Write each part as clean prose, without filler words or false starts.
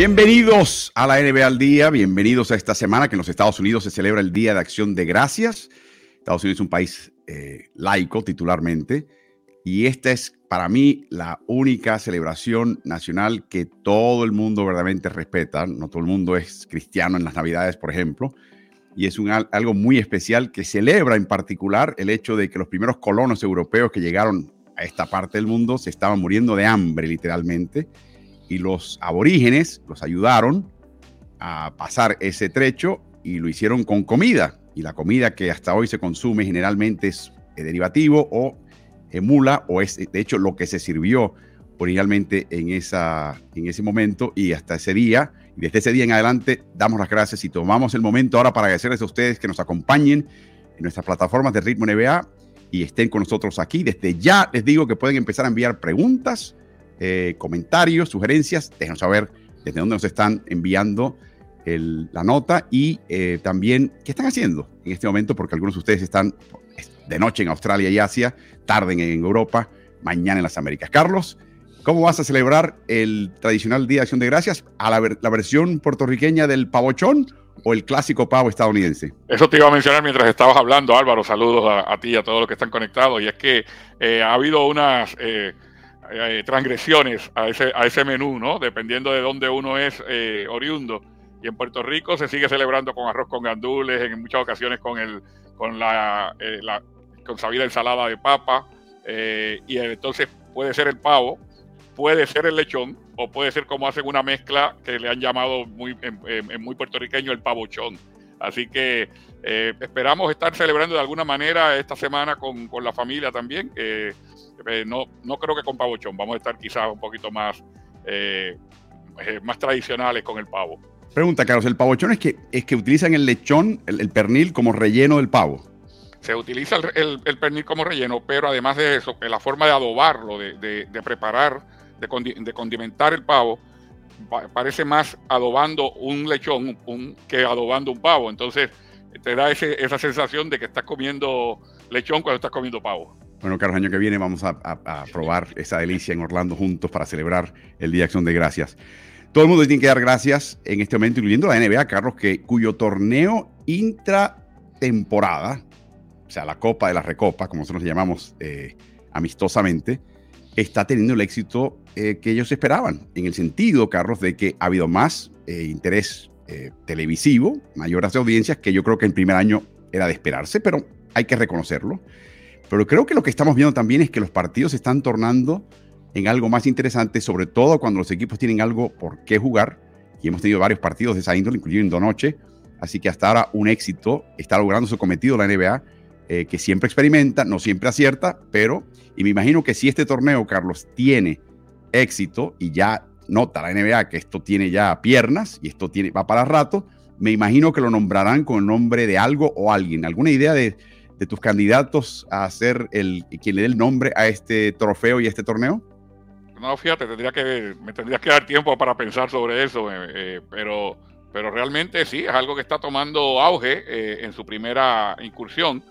Bienvenidos a la NBA al Día, bienvenidos a esta semana que en los Estados Unidos se celebra el Día de Acción de Gracias. Estados Unidos es un país laico titularmente y esta es para mí la única celebración nacional que todo el mundo verdaderamente respeta. No todo el mundo es cristiano en las Navidades, por ejemplo, y es algo muy especial que celebra en particular el hecho de que los primeros colonos europeos que llegaron a esta parte del mundo se estaban muriendo de hambre literalmente. Y los aborígenes los ayudaron a pasar ese trecho y lo hicieron con comida. Y la comida que hasta hoy se consume generalmente es derivativo o emula, o es de hecho lo que se sirvió originalmente en ese momento y hasta ese día. Y desde ese día en adelante damos las gracias y tomamos el momento ahora para agradecerles a ustedes que nos acompañen en nuestras plataformas de Ritmo NBA y estén con nosotros aquí. Desde ya les digo que pueden empezar a enviar preguntas, comentarios, sugerencias. Déjenos saber desde dónde nos están enviando la nota y también qué están haciendo en este momento, porque algunos de ustedes están de noche en Australia y Asia, tarde en Europa, mañana en las Américas. Carlos, ¿cómo vas a celebrar el tradicional Día de Acción de Gracias? ¿A la versión puertorriqueña del pavochón o el clásico pavo estadounidense? Eso te iba a mencionar mientras estabas hablando, Álvaro. Saludos a ti y a todos los que están conectados. Y es que ha habido unas transgresiones a ese menú, ¿no? Dependiendo de dónde uno es oriundo. Y en Puerto Rico se sigue celebrando con arroz con gandules, en muchas ocasiones con sabida ensalada de papa, y entonces puede ser el pavo, puede ser el lechón, o puede ser como hacen una mezcla que le han llamado muy puertorriqueño el pavochón. Así que esperamos estar celebrando de alguna manera esta semana con la familia también. No creo que con pavochón, vamos a estar quizás un poquito más tradicionales con el pavo. Pregunta, Carlos, ¿el pavochón es que utilizan el lechón, el pernil como relleno del pavo? Se utiliza el pernil como relleno, pero además de eso, la forma de adobarlo, de preparar, de condimentar el pavo, parece más adobando un lechón que adobando un pavo. Entonces te da esa sensación de que estás comiendo lechón cuando estás comiendo pavo. Bueno, Carlos, el año que viene vamos a probar esa delicia en Orlando juntos para celebrar el Día de Acción de Gracias. Todo el mundo tiene que dar gracias en este momento, incluyendo la NBA, Carlos, cuyo torneo intratemporada, o sea, la Copa de la Recopa, como nosotros le llamamos amistosamente, está teniendo el éxito que ellos esperaban, en el sentido, Carlos, de que ha habido más interés televisivo, mayores audiencias, que yo creo que en primer año era de esperarse, pero hay que reconocerlo. Pero creo que lo que estamos viendo también es que los partidos se están tornando en algo más interesante, sobre todo cuando los equipos tienen algo por qué jugar, y hemos tenido varios partidos de esa índole, incluyendo anoche, así que hasta ahora un éxito, está logrando su cometido la NBA, que siempre experimenta, no siempre acierta, y me imagino que si este torneo, Carlos, tiene éxito, y ya nota la NBA que esto tiene ya piernas, y esto va para rato, me imagino que lo nombrarán con el nombre de algo o alguien. ¿Alguna idea de tus candidatos a ser quien le dé el nombre a este trofeo y a este torneo? No, fíjate, me tendrías que dar tiempo para pensar sobre eso, pero realmente sí, es algo que está tomando auge en su primera incursión.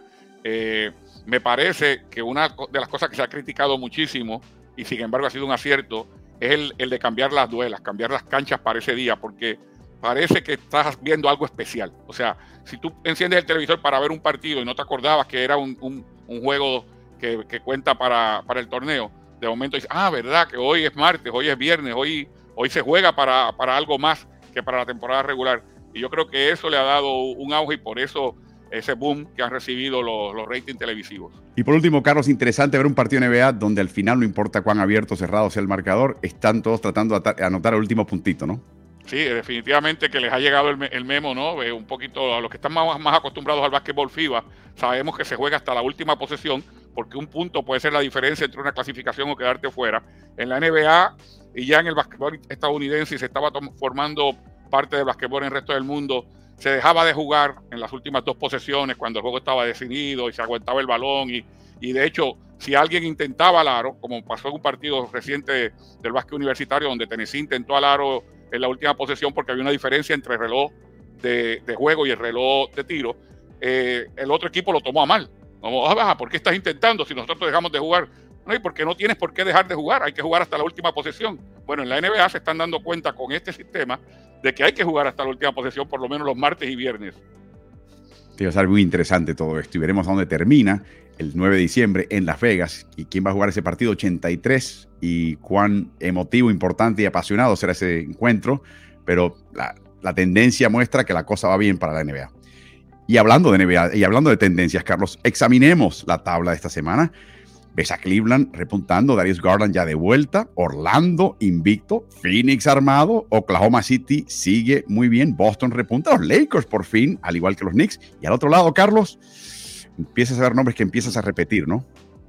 Me parece que una de las cosas que se ha criticado muchísimo, y sin embargo ha sido un acierto, es el de cambiar las duelas, cambiar las canchas para ese día, porque parece que estás viendo algo especial. O sea, si tú enciendes el televisor para ver un partido y no te acordabas que era un juego que cuenta para el torneo, de momento dices, verdad que hoy es martes, hoy es viernes, hoy se juega para algo más que para la temporada regular. Y yo creo que eso le ha dado un auge y por eso ese boom que han recibido los ratings televisivos. Y por último, Carlos, interesante ver un partido NBA donde al final no importa cuán abierto o cerrado sea el marcador, están todos tratando de anotar el último puntito, ¿no? Sí, definitivamente que les ha llegado el memo, ¿no? Un poquito a los que están más acostumbrados al básquetbol FIBA, sabemos que se juega hasta la última posesión, porque un punto puede ser la diferencia entre una clasificación o quedarte fuera. En la NBA y ya en el básquetbol estadounidense, y se estaba formando parte del básquetbol en el resto del mundo, se dejaba de jugar en las últimas dos posesiones cuando el juego estaba decidido y se aguantaba el balón y de hecho, si alguien intentaba al aro, como pasó en un partido reciente del básquet universitario donde Tennessee intentó al aro en la última posesión porque había una diferencia entre el reloj de juego y el reloj de tiro, el otro equipo lo tomó a mal. Como, ¿por qué estás intentando si nosotros dejamos de jugar? No, y porque no tienes por qué dejar de jugar, hay que jugar hasta la última posesión. Bueno, en la NBA se están dando cuenta con este sistema de que hay que jugar hasta la última posesión, por lo menos los martes y viernes. Va a ser muy interesante todo esto y veremos a dónde termina el 9 de diciembre en Las Vegas y quién va a jugar ese partido 83 y cuán emotivo, importante y apasionado será ese encuentro, pero la tendencia muestra que la cosa va bien para la NBA. Y hablando de NBA y hablando de tendencias, Carlos, examinemos la tabla de esta semana. Ves a Cleveland repuntando, Darius Garland ya de vuelta, Orlando invicto, Phoenix armado, Oklahoma City sigue muy bien, Boston repunta, los Lakers por fin, al igual que los Knicks. Y al otro lado, Carlos, empiezas a ver nombres que empiezas a repetir, ¿no?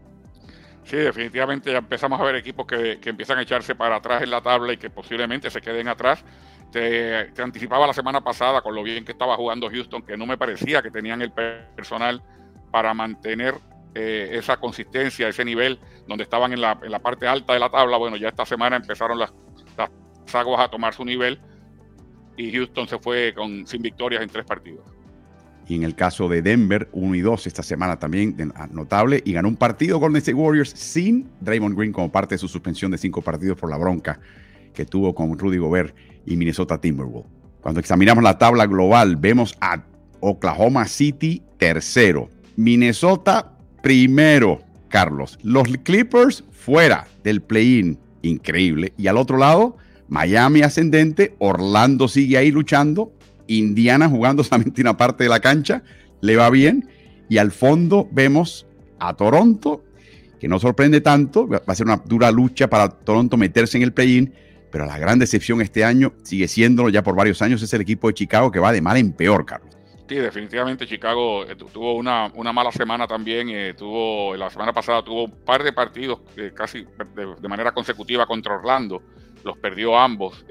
Sí, definitivamente ya empezamos a ver equipos que empiezan a echarse para atrás en la tabla y que posiblemente se queden atrás. Te anticipaba la semana pasada con lo bien que estaba jugando Houston, que no me parecía que tenían el personal para mantener esa consistencia, ese nivel donde estaban en la parte alta de la tabla. Bueno, ya esta semana empezaron las aguas a tomar su nivel y Houston se fue sin victorias en 3 partidos. Y en el caso de Denver, 1-2 esta semana también notable, y ganó un partido Golden State Warriors sin Draymond Green como parte de su suspensión de 5 partidos por la bronca que tuvo con Rudy Gobert y Minnesota Timberwolves. Cuando examinamos la tabla global, vemos a Oklahoma City tercero, Minnesota primero, Carlos. Los Clippers fuera del play-in, increíble. Y al otro lado, Miami ascendente, Orlando sigue ahí luchando, Indiana jugando solamente una parte de la cancha, le va bien. Y al fondo vemos a Toronto, que no sorprende tanto, va a ser una dura lucha para Toronto meterse en el play-in, pero la gran decepción este año, sigue siendo ya por varios años, es el equipo de Chicago que va de mal en peor, Carlos. Sí, definitivamente Chicago tuvo una mala semana también. La semana pasada tuvo un par de partidos casi de manera consecutiva contra Orlando. Los perdió ambos.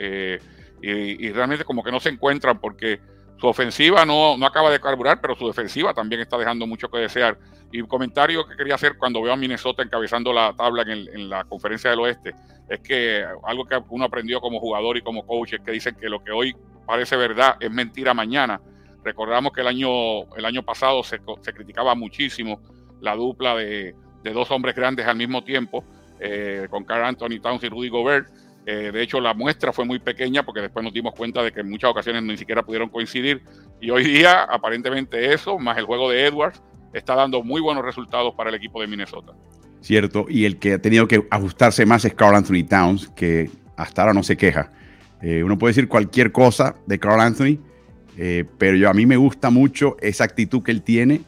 Y realmente como que no se encuentran porque su ofensiva no acaba de carburar, pero su defensiva también está dejando mucho que desear. Y un comentario que quería hacer cuando veo a Minnesota encabezando la tabla en la Conferencia del Oeste es que algo que uno aprendió como jugador y como coach es que dicen que lo que hoy parece verdad es mentira mañana. Recordamos que el año pasado se criticaba muchísimo la dupla de 2 hombres grandes al mismo tiempo, con Karl Anthony Towns y Rudy Gobert. De hecho, la muestra fue muy pequeña porque después nos dimos cuenta de que en muchas ocasiones ni siquiera pudieron coincidir. Y hoy día, aparentemente eso, más el juego de Edwards, está dando muy buenos resultados para el equipo de Minnesota. Cierto, y el que ha tenido que ajustarse más es Karl Anthony Towns, que hasta ahora no se queja. Uno puede decir cualquier cosa de Karl Anthony, pero a mí me gusta mucho esa actitud que él tiene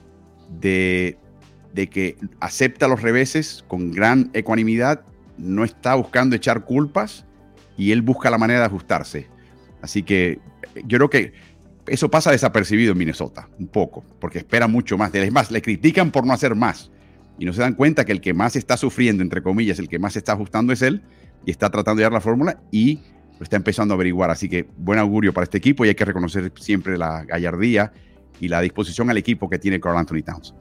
de que acepta los reveses con gran ecuanimidad, no está buscando echar culpas y él busca la manera de ajustarse. Así que yo creo que eso pasa desapercibido en Minnesota, un poco, porque espera mucho más de él. Es más, le critican por no hacer más y no se dan cuenta que el que más está sufriendo, entre comillas, el que más se está ajustando es él y está tratando de dar la fórmula y lo está empezando a averiguar. Así que buen augurio para este equipo y hay que reconocer siempre la gallardía y la disposición al equipo que tiene Karl Anthony Towns.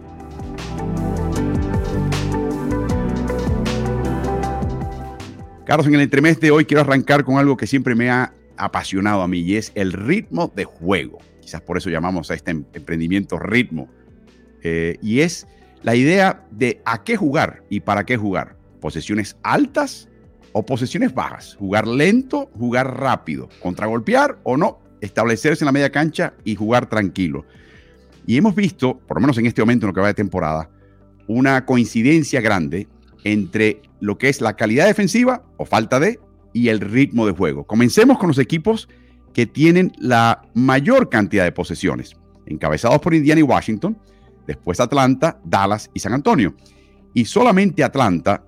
Carlos, en el entremés de hoy quiero arrancar con algo que siempre me ha apasionado a mí y es el ritmo de juego. Quizás por eso llamamos a este emprendimiento ritmo. Y es la idea de a qué jugar y para qué jugar. Posesiones altas o posesiones bajas. Jugar lento, jugar rápido. Contragolpear o no. Establecerse en la media cancha y jugar tranquilo. Y hemos visto, por lo menos en este momento en lo que va de temporada, una coincidencia grande entre lo que es la calidad defensiva o falta de y el ritmo de juego. Comencemos con los equipos que tienen la mayor cantidad de posesiones, encabezados por Indiana y Washington, después Atlanta, Dallas y San Antonio. Y solamente Atlanta,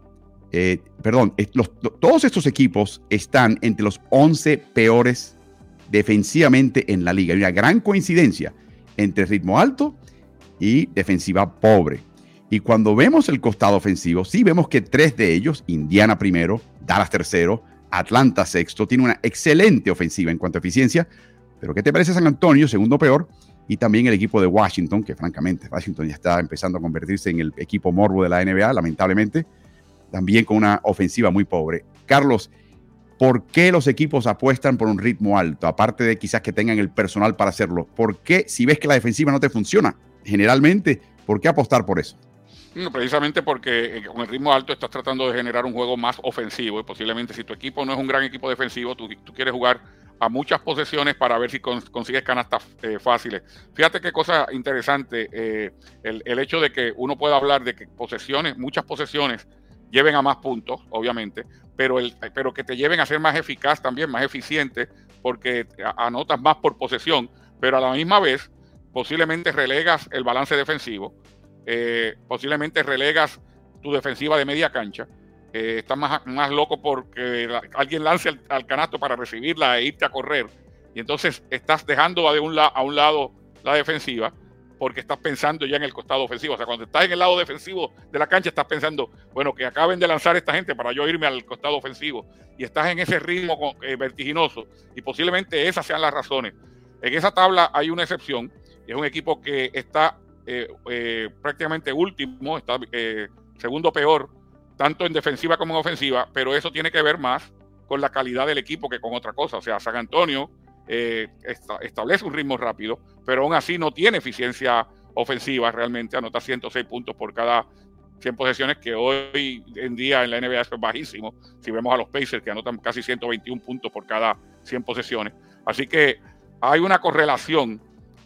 todos estos equipos están entre los 11 peores defensivamente en la liga. Hay una gran coincidencia entre ritmo alto y defensiva pobre. Y cuando vemos el costado ofensivo, sí vemos que 3 de ellos, Indiana primero, Dallas tercero, Atlanta sexto, tiene una excelente ofensiva en cuanto a eficiencia. Pero ¿qué te parece San Antonio, segundo peor? Y también el equipo de Washington, que francamente Washington ya está empezando a convertirse en el equipo morbo de la NBA, lamentablemente, también con una ofensiva muy pobre. Carlos, ¿por qué los equipos apuestan por un ritmo alto? Aparte de quizás que tengan el personal para hacerlo. ¿Por qué, si ves que la defensiva no te funciona, generalmente, por qué apostar por eso? No, precisamente porque con el ritmo alto estás tratando de generar un juego más ofensivo y posiblemente si tu equipo no es un gran equipo defensivo, tú quieres jugar a muchas posesiones para ver si consigues canastas fáciles. Fíjate qué cosa interesante, el hecho de que uno pueda hablar de que muchas posesiones lleven a más puntos, obviamente, pero que te lleven a ser más eficaz también, más eficiente, porque anotas más por posesión, pero a la misma vez posiblemente relegas el balance defensivo. Posiblemente relegas tu defensiva de media cancha. Estás más loco porque alguien lance al canasto para recibirla e irte a correr. Y entonces estás dejando a un lado la defensiva porque estás pensando ya en el costado ofensivo. O sea, cuando estás en el lado defensivo de la cancha, estás pensando, bueno, que acaben de lanzar esta gente para yo irme al costado ofensivo. Y estás en ese ritmo vertiginoso. Y posiblemente esas sean las razones. En esa tabla hay una excepción. Es un equipo que está prácticamente último, está segundo peor, tanto en defensiva como en ofensiva, pero eso tiene que ver más con la calidad del equipo que con otra cosa. O sea, San Antonio establece un ritmo rápido, pero aún así no tiene eficiencia ofensiva realmente, anota 106 puntos por cada 100 posesiones, que hoy en día en la NBA es bajísimo, si vemos a los Pacers que anotan casi 121 puntos por cada 100 posesiones. Así que hay una correlación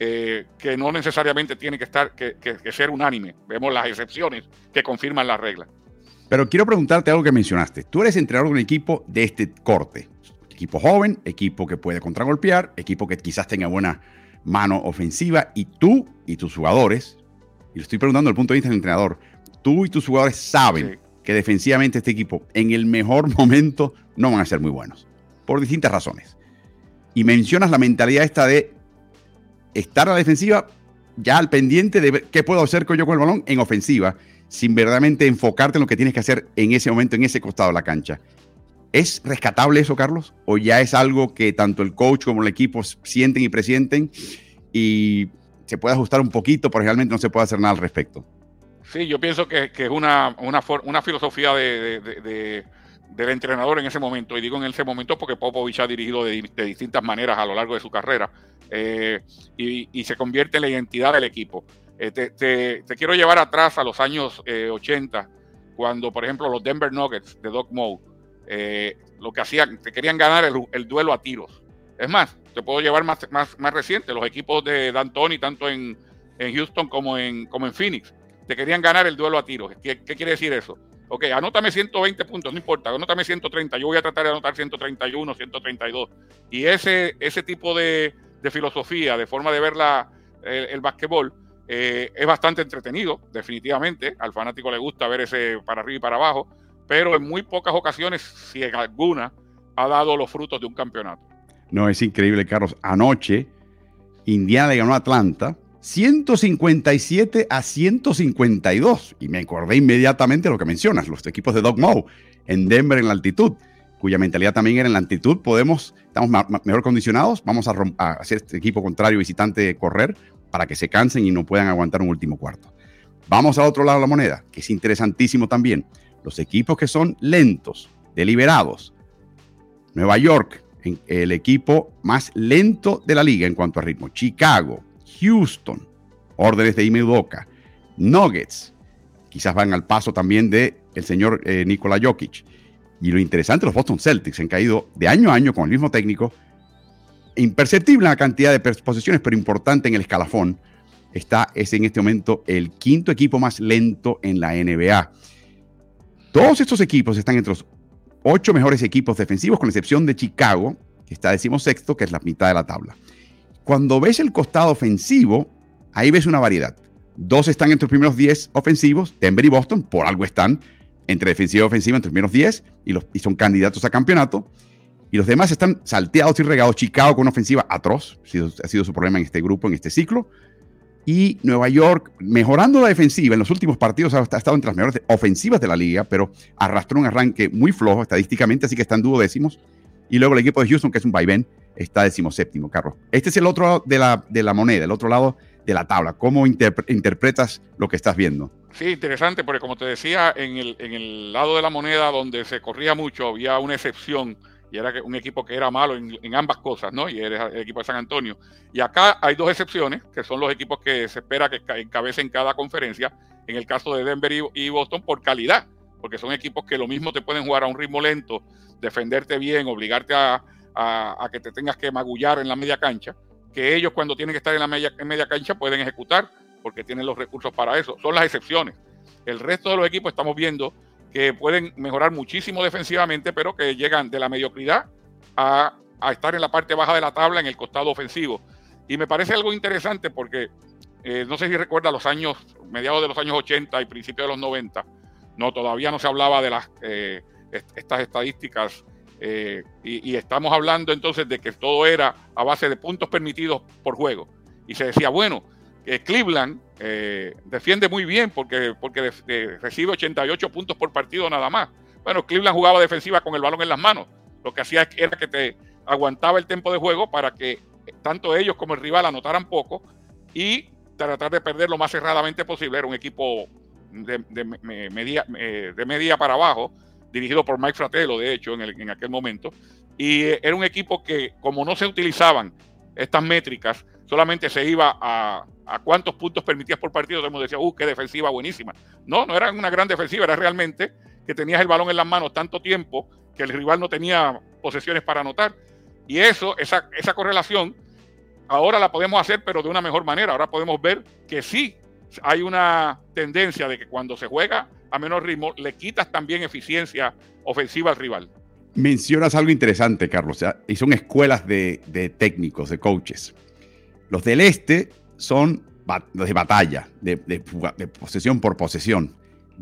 que no necesariamente tiene que ser unánime. Vemos las excepciones que confirman la regla. Pero quiero preguntarte algo que mencionaste. Tú eres entrenador de un equipo de este corte. Equipo joven, equipo que puede contragolpear, equipo que quizás tenga buena mano ofensiva, y tú y tus jugadores, y lo estoy preguntando desde el punto de vista del entrenador, tú y tus jugadores saben que defensivamente este equipo en el mejor momento no van a ser muy buenos, por distintas razones. Y mencionas la mentalidad esta de estar a la defensiva ya al pendiente de ver qué puedo hacer yo con el balón en ofensiva, sin verdaderamente enfocarte en lo que tienes que hacer en ese momento, en ese costado de la cancha. ¿Es rescatable eso, Carlos? ¿O ya es algo que tanto el coach como el equipo sienten y presienten y se puede ajustar un poquito, pero realmente no se puede hacer nada al respecto? Sí, yo pienso que es una filosofía del entrenador en ese momento, y digo en ese momento porque Popovich ha dirigido de distintas maneras a lo largo de su carrera, y se convierte en la identidad del equipo. Te quiero llevar atrás a los años 80, cuando, por ejemplo, los Denver Nuggets de Doc Moe, lo que hacían, te querían ganar el duelo a tiros. Es más, te puedo llevar más reciente, los equipos de D'Antoni, tanto en Houston como en Phoenix, te querían ganar el duelo a tiros. ¿Qué quiere decir eso? Ok, anótame 120 puntos, no importa, anótame 130, yo voy a tratar de anotar 131, 132. Y ese tipo de filosofía, de forma de ver el básquetbol, es bastante entretenido, definitivamente. Al fanático le gusta ver ese para arriba y para abajo, pero en muy pocas ocasiones, si en alguna, ha dado los frutos de un campeonato. No, es increíble, Carlos. Anoche, Indiana le ganó a Atlanta 157-152. Y me acordé inmediatamente de lo que mencionas, los equipos de Doc Moe en Denver en la altitud, cuya mentalidad también era en la altitud. Estamos mejor condicionados, vamos a hacer este equipo contrario visitante correr para que se cansen y no puedan aguantar un último cuarto. Vamos al otro lado de la moneda, que es interesantísimo también. Los equipos que son lentos, deliberados. Nueva York, el equipo más lento de la liga en cuanto a ritmo. Chicago, Houston, órdenes de Ime Udoka. Nuggets, quizás van al paso también del señor Nikola Jokic. Y lo interesante, los Boston Celtics han caído de año a año con el mismo técnico. Imperceptible la cantidad de posiciones, pero importante en el escalafón. Es en este momento el quinto equipo más lento en la NBA. Todos estos equipos están entre los 8 mejores equipos defensivos, con excepción de Chicago, que está 16º, que es la mitad de la tabla. Cuando ves el costado ofensivo, ahí ves una variedad. 2 están entre los primeros 10 ofensivos, Denver y Boston, por algo están entre defensiva y ofensiva entre los primeros 10 y son candidatos a campeonato. Y los demás están salteados y regados. Chicago con una ofensiva atroz, ha sido su problema en este grupo, en este ciclo. Y Nueva York, mejorando la defensiva en los últimos partidos, ha estado entre las mejores ofensivas de la liga, pero arrastró un arranque muy flojo estadísticamente, así que están duodécimos. Y luego el equipo de Houston, que es un vaivén, está 17º, Carlos. Este es el otro lado de la moneda, el otro lado de la tabla. ¿Cómo interpretas lo que estás viendo? Sí, interesante, porque como te decía, en el lado de la moneda donde se corría mucho, había una excepción, y era un equipo que era malo en ambas cosas, ¿no? Y era el equipo de San Antonio. Y acá hay 2 excepciones, que son los equipos que se espera que encabecen cada conferencia, en el caso de Denver y Boston por calidad, porque son equipos que lo mismo te pueden jugar a un ritmo lento, defenderte bien, obligarte a que te tengas que magullar en la media cancha, que ellos cuando tienen que estar en media cancha pueden ejecutar, porque tienen los recursos para eso. Son las excepciones. El resto de los equipos estamos viendo que pueden mejorar muchísimo defensivamente, pero que llegan de la mediocridad a estar en la parte baja de la tabla en el costado ofensivo. Y me parece algo interesante porque no sé si recuerda mediados de los años 80 y principios de los 90, todavía no se hablaba de estas estadísticas y estamos hablando entonces de que todo era a base de puntos permitidos por juego. Y se decía, bueno, que Cleveland defiende muy bien porque recibe 88 puntos por partido nada más. Bueno, Cleveland jugaba defensiva con el balón en las manos. Lo que hacía era que te aguantaba el tiempo de juego para que tanto ellos como el rival anotaran poco y tratar de perder lo más cerradamente posible. Era un equipo de media para abajo, dirigido por Mike Fratello, de hecho, en aquel momento. Y era un equipo que, como no se utilizaban estas métricas, solamente se iba a cuántos puntos permitías por partido. Todo el mundo decía, qué defensiva buenísima. No era una gran defensiva, era realmente que tenías el balón en las manos tanto tiempo que el rival no tenía posesiones para anotar. Y esa correlación, ahora la podemos hacer, pero de una mejor manera. Ahora podemos ver que sí hay una tendencia de que cuando se juega a menor ritmo, le quitas también eficiencia ofensiva al rival. Mencionas algo interesante, Carlos, y son escuelas de técnicos, de coaches. Los del este son los de batalla, de posesión por posesión,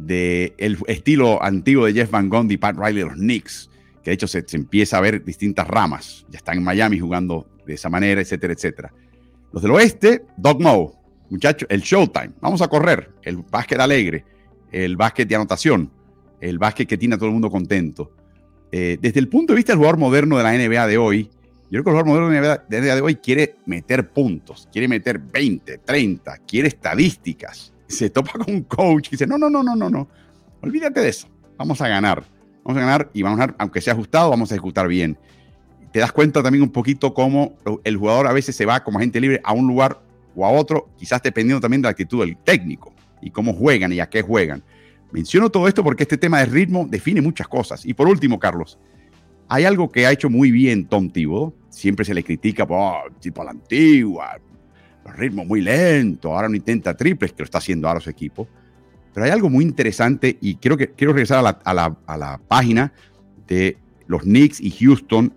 del estilo antiguo de Jeff Van Gundy y Pat Riley de los Knicks, que de hecho se empieza a ver distintas ramas. Ya están en Miami jugando de esa manera, etcétera, etcétera. Los del oeste, Doug Moe, muchachos, el Showtime. Vamos a correr, el básquet alegre, el básquet de anotación, el básquet que tiene a todo el mundo contento. Desde el punto de vista del jugador moderno de la NBA de hoy, yo creo que el jugador moderno de la NBA de hoy quiere meter puntos, quiere meter 20, 30, quiere estadísticas. Se topa con un coach y dice, no, olvídate de eso, vamos a ganar y vamos a ganar, aunque sea ajustado, vamos a ejecutar bien. Te das cuenta también un poquito cómo el jugador a veces se va como agente libre a un lugar o a otro, quizás dependiendo también de la actitud del técnico y cómo juegan y a qué juegan. Menciono todo esto porque este tema de ritmo define muchas cosas. Y por último, Carlos, hay algo que ha hecho muy bien Tom Thibodeau. Siempre se le critica por tipo a la antigua, los ritmos muy lentos, ahora no intenta triples, que lo está haciendo ahora su equipo. Pero hay algo muy interesante y quiero regresar a la página de los Knicks y Houston,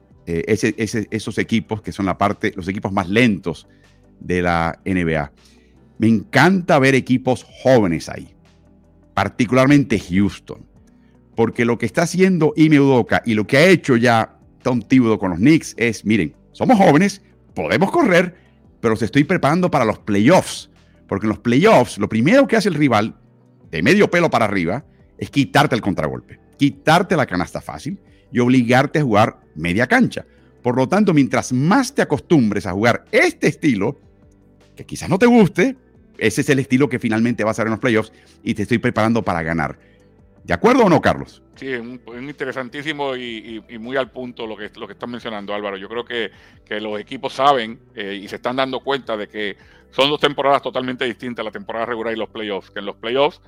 esos equipos que son los equipos más lentos de la NBA. Me encanta ver equipos jóvenes ahí, particularmente Houston, porque lo que está haciendo Ime Udoka y lo que ha hecho ya Tom Thibodeau con los Knicks es, miren, somos jóvenes, podemos correr, pero se estoy preparando para los playoffs, porque en los playoffs lo primero que hace el rival, de medio pelo para arriba, es quitarte el contragolpe, quitarte la canasta fácil y obligarte a jugar media cancha. Por lo tanto, mientras más te acostumbres a jugar este estilo, que quizás no te guste, ese es el estilo que finalmente vas a ver en los playoffs y te estoy preparando para ganar. ¿De acuerdo o no, Carlos? Sí, es interesantísimo y muy al punto lo que están mencionando, Álvaro. Yo creo que los equipos saben y se están dando cuenta de que son dos temporadas totalmente distintas, la temporada regular y los playoffs. Que en los playoffs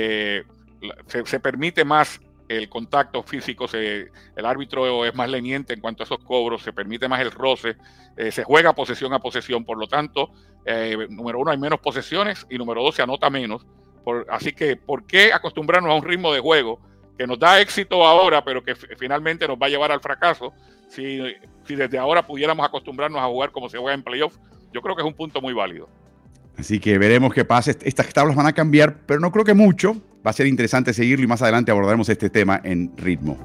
se permite más el contacto físico, el árbitro es más leniente en cuanto a esos cobros, se permite más el roce, se juega posesión a posesión, por lo tanto, número uno, hay menos posesiones y número dos, se anota menos. Así que, ¿por qué acostumbrarnos a un ritmo de juego que nos da éxito ahora, pero que finalmente nos va a llevar al fracaso? Si desde ahora pudiéramos acostumbrarnos a jugar como se juega en playoff, yo creo que es un punto muy válido. Así que veremos qué pasa. Estas tablas van a cambiar, pero no creo que mucho. Va a ser interesante seguirlo y más adelante abordaremos este tema en ritmo.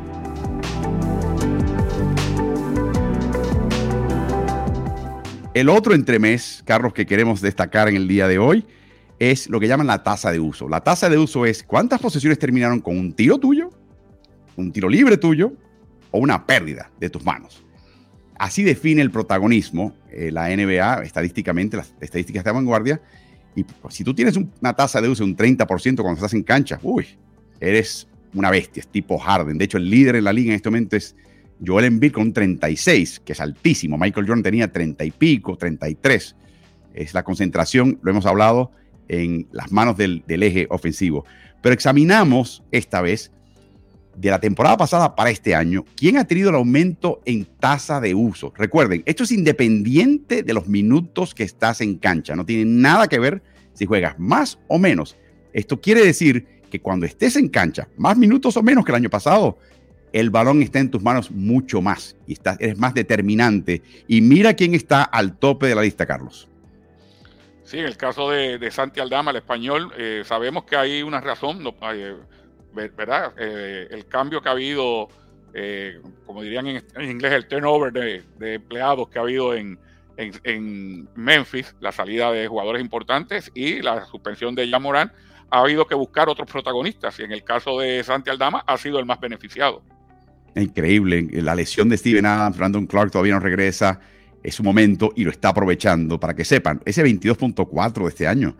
El otro entremés, Carlos, que queremos destacar en el día de hoy es lo que llaman la tasa de uso. La tasa de uso es cuántas posesiones terminaron con un tiro tuyo, un tiro libre tuyo o una pérdida de tus manos. Así define el protagonismo la NBA estadísticamente, las estadísticas de vanguardia. Y pues, si tú tienes una tasa de uso de un 30% cuando estás en cancha, eres una bestia, es tipo Harden. De hecho, el líder en la liga en este momento es Joel Embiid con un 36, que es altísimo. Michael Jordan tenía 30 y pico, 33. Es la concentración, lo hemos hablado, en las manos del eje ofensivo. Pero examinamos esta vez, de la temporada pasada para este año, quién ha tenido el aumento en tasa de uso. Recuerden, esto es independiente de los minutos que estás en cancha. No tiene nada que ver si juegas más o menos. Esto quiere decir que cuando estés en cancha, más minutos o menos que el año pasado, el balón está en tus manos mucho más y eres más determinante. Y mira quién está al tope de la lista, Carlos. Sí, en el caso de Santi Aldama, el español, sabemos que hay una razón, ¿verdad? El cambio que ha habido, como dirían en inglés, el turnover de empleados que ha habido en Memphis, la salida de jugadores importantes y la suspensión de Ja Morant, ha habido que buscar otros protagonistas y en el caso de Santi Aldama ha sido el más beneficiado. Increíble, la lesión de Steven Adams, Brandon Clark todavía no regresa, es su momento y lo está aprovechando. Para que sepan, ese 22.4 de este año,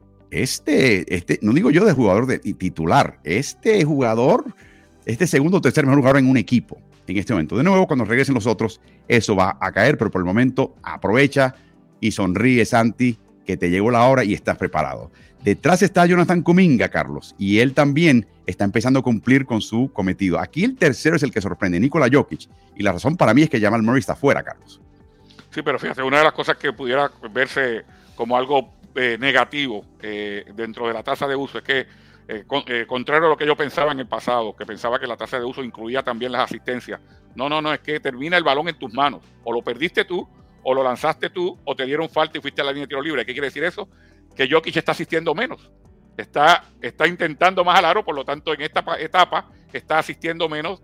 no digo yo de jugador titular, este segundo o tercer mejor jugador en un equipo en este momento. De nuevo, cuando regresen los otros, eso va a caer, pero por el momento aprovecha y sonríe, Santi, que te llegó la hora y estás preparado. Detrás está Jonathan Kuminga, Carlos, y él también está empezando a cumplir con su cometido. Aquí el tercero es el que sorprende, Nikola Jokic, y la razón para mí es que Jamal Murray está fuera, Carlos. Sí, pero fíjate, una de las cosas que pudiera verse como algo negativo dentro de la tasa de uso es que, contrario a lo que yo pensaba en el pasado, que pensaba que la tasa de uso incluía también las asistencias, no, es que termina el balón en tus manos, o lo perdiste tú, o lo lanzaste tú, o te dieron falta y fuiste a la línea de tiro libre. ¿Qué quiere decir eso? Que Jokic está asistiendo menos, está intentando más al aro, por lo tanto en esta etapa está asistiendo menos,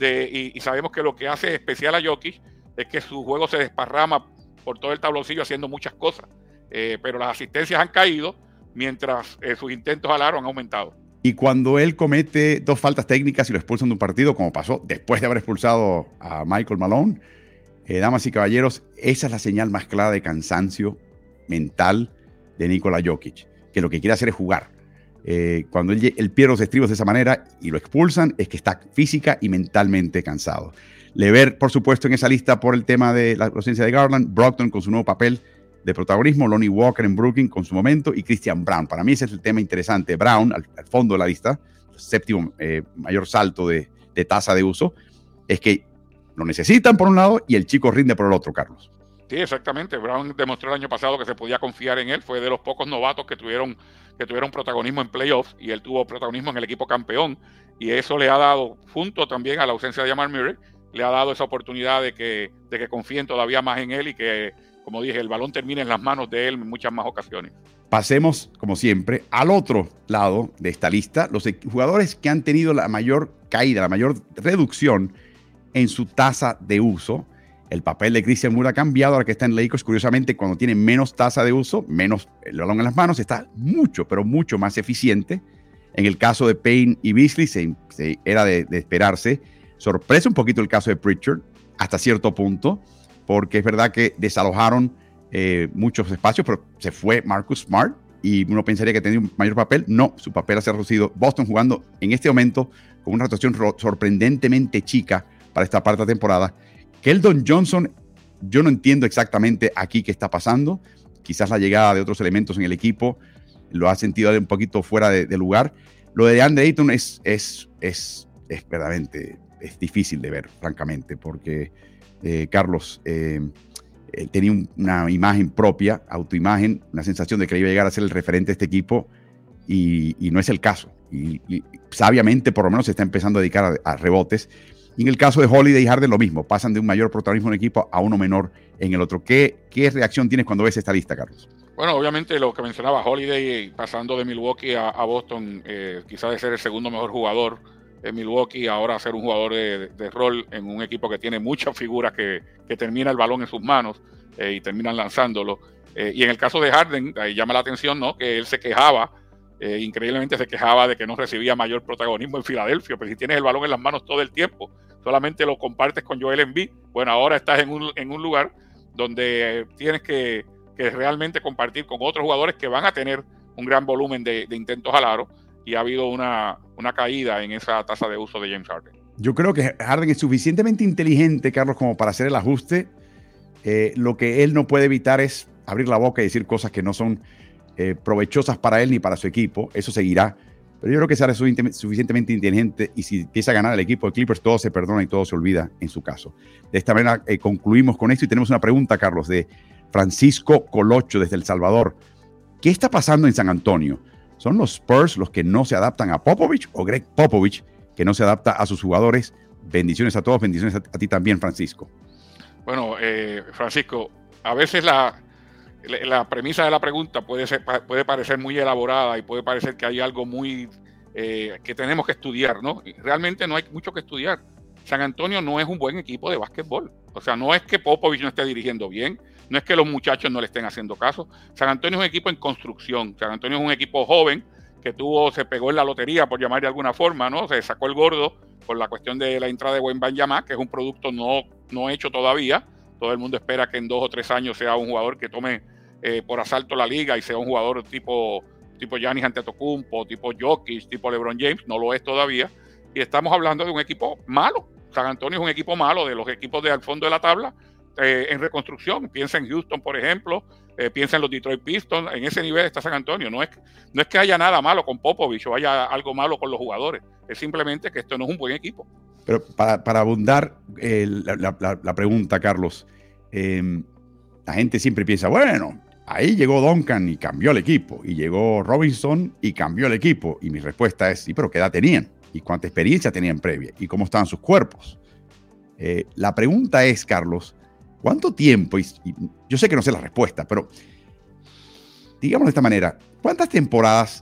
y sabemos que lo que hace especial a Jokic es que su juego se desparrama por todo el tabloncillo haciendo muchas cosas, pero las asistencias han caído mientras sus intentos al aro han aumentado. Y cuando él comete 2 faltas técnicas y lo expulsan de un partido, como pasó después de haber expulsado a Michael Malone, damas y caballeros, esa es la señal más clara de cansancio mental de Nikola Jokic, que lo que quiere hacer es jugar. Cuando él pierde los estribos de esa manera y lo expulsan, es que está física y mentalmente cansado. Lever, por supuesto, en esa lista por el tema de la ausencia de Garland, Brogdon con su nuevo papel de protagonismo, Lonnie Walker en Brooklyn con su momento y Christian Brown. Para mí ese es el tema interesante. Brown, al fondo de la lista, el séptimo mayor salto de tasa de uso, es que lo necesitan por un lado y el chico rinde por el otro, Carlos. Sí, exactamente. Brown demostró el año pasado que se podía confiar en él. Fue de los pocos novatos que tuvieron protagonismo en playoffs y él tuvo protagonismo en el equipo campeón. Y eso le ha dado, junto también a la ausencia de Jamal Murray, le ha dado esa oportunidad de que confíen todavía más en él y que, como dije, el balón termine en las manos de él en muchas más ocasiones. Pasemos, como siempre, al otro lado de esta lista. Los jugadores que han tenido la mayor caída, la mayor reducción en su tasa de uso. El papel de Christian Wood ha cambiado ahora que está en Lakers. Curiosamente, cuando tiene menos tasa de uso, menos el balón en las manos, está mucho, pero mucho más eficiente. En el caso de Payne y Beasley, era de esperarse. Sorpresa un poquito el caso de Pritchard, hasta cierto punto, porque es verdad que desalojaron muchos espacios, pero se fue Marcus Smart y uno pensaría que tenía un mayor papel. No, su papel se ha reducido. Boston jugando en este momento con una rotación sorprendentemente chica para esta parte de la temporada. Keldon Johnson, yo no entiendo exactamente aquí qué está pasando. Quizás la llegada de otros elementos en el equipo lo ha sentido un poquito fuera de lugar. Lo de DeAndre Ayton es verdaderamente difícil de ver, francamente, porque Carlos tenía una imagen propia, autoimagen, una sensación de que iba a llegar a ser el referente de este equipo y no es el caso. Y sabiamente, por lo menos, se está empezando a dedicar a rebotes. Y en el caso de Holiday y Harden, lo mismo. Pasan de un mayor protagonismo en un equipo a uno menor en el otro. ¿Qué reacción tienes cuando ves esta lista, Carlos? Bueno, obviamente lo que mencionaba Holiday, pasando de Milwaukee a Boston, quizás de ser el segundo mejor jugador en Milwaukee, ahora a ser un jugador de rol en un equipo que tiene muchas figuras que termina el balón en sus manos y terminan lanzándolo. Y en el caso de Harden, ahí llama la atención, ¿no?, que él se quejaba, increíblemente se quejaba de que no recibía mayor protagonismo en Filadelfia. Pero si tienes el balón en las manos todo el tiempo, solamente lo compartes con Joel Embiid, bueno, ahora estás en un lugar donde tienes que realmente compartir con otros jugadores que van a tener un gran volumen de intentos al aro, y ha habido una caída en esa tasa de uso de James Harden. Yo creo que Harden es suficientemente inteligente, Carlos, como para hacer el ajuste. Lo que él no puede evitar es abrir la boca y decir cosas que no son provechosas para él ni para su equipo. Eso seguirá. Pero yo creo que será suficientemente inteligente y si empieza a ganar el equipo de Clippers, todo se perdona y todo se olvida en su caso. De esta manera concluimos con esto y tenemos una pregunta, Carlos, de Francisco Colocho desde El Salvador. ¿Qué está pasando en San Antonio? ¿Son los Spurs los que no se adaptan a Popovich o Greg Popovich que no se adapta a sus jugadores? Bendiciones a todos, bendiciones a ti también, Francisco. Bueno, Francisco, a veces la premisa de la pregunta puede parecer muy elaborada y puede parecer que hay algo muy que tenemos que estudiar, ¿no? Realmente no hay mucho que estudiar. San Antonio no es un buen equipo de básquetbol. O sea, no es que Popovich no esté dirigiendo bien, no es que los muchachos no le estén haciendo caso. San Antonio es un equipo en construcción. San Antonio es un equipo joven que se pegó en la lotería, por llamar de alguna forma, ¿no? Se sacó el gordo por la cuestión de la entrada de Wembanyama, que es un producto no hecho todavía. Todo el mundo espera que en 2 o 3 años sea un jugador que tome por asalto la liga y sea un jugador tipo Giannis Antetokounmpo, tipo Jokic, tipo LeBron James. No lo es todavía. Y estamos hablando de un equipo malo. San Antonio es un equipo malo, de los equipos al fondo de la tabla, en reconstrucción. Piensa en Houston, por ejemplo, piensa en los Detroit Pistons. En ese nivel está San Antonio. No es que haya nada malo con Popovich o haya algo malo con los jugadores. Es simplemente que esto no es un buen equipo. Pero para abundar la pregunta, Carlos, la gente siempre piensa, bueno, ahí llegó Duncan y cambió el equipo, y llegó Robinson y cambió el equipo. Y mi respuesta es, sí, pero ¿qué edad tenían? ¿Y cuánta experiencia tenían previa? ¿Y cómo estaban sus cuerpos? La pregunta es, Carlos, ¿cuánto tiempo? Y yo sé que no sé la respuesta, pero digamos de esta manera, ¿cuántas temporadas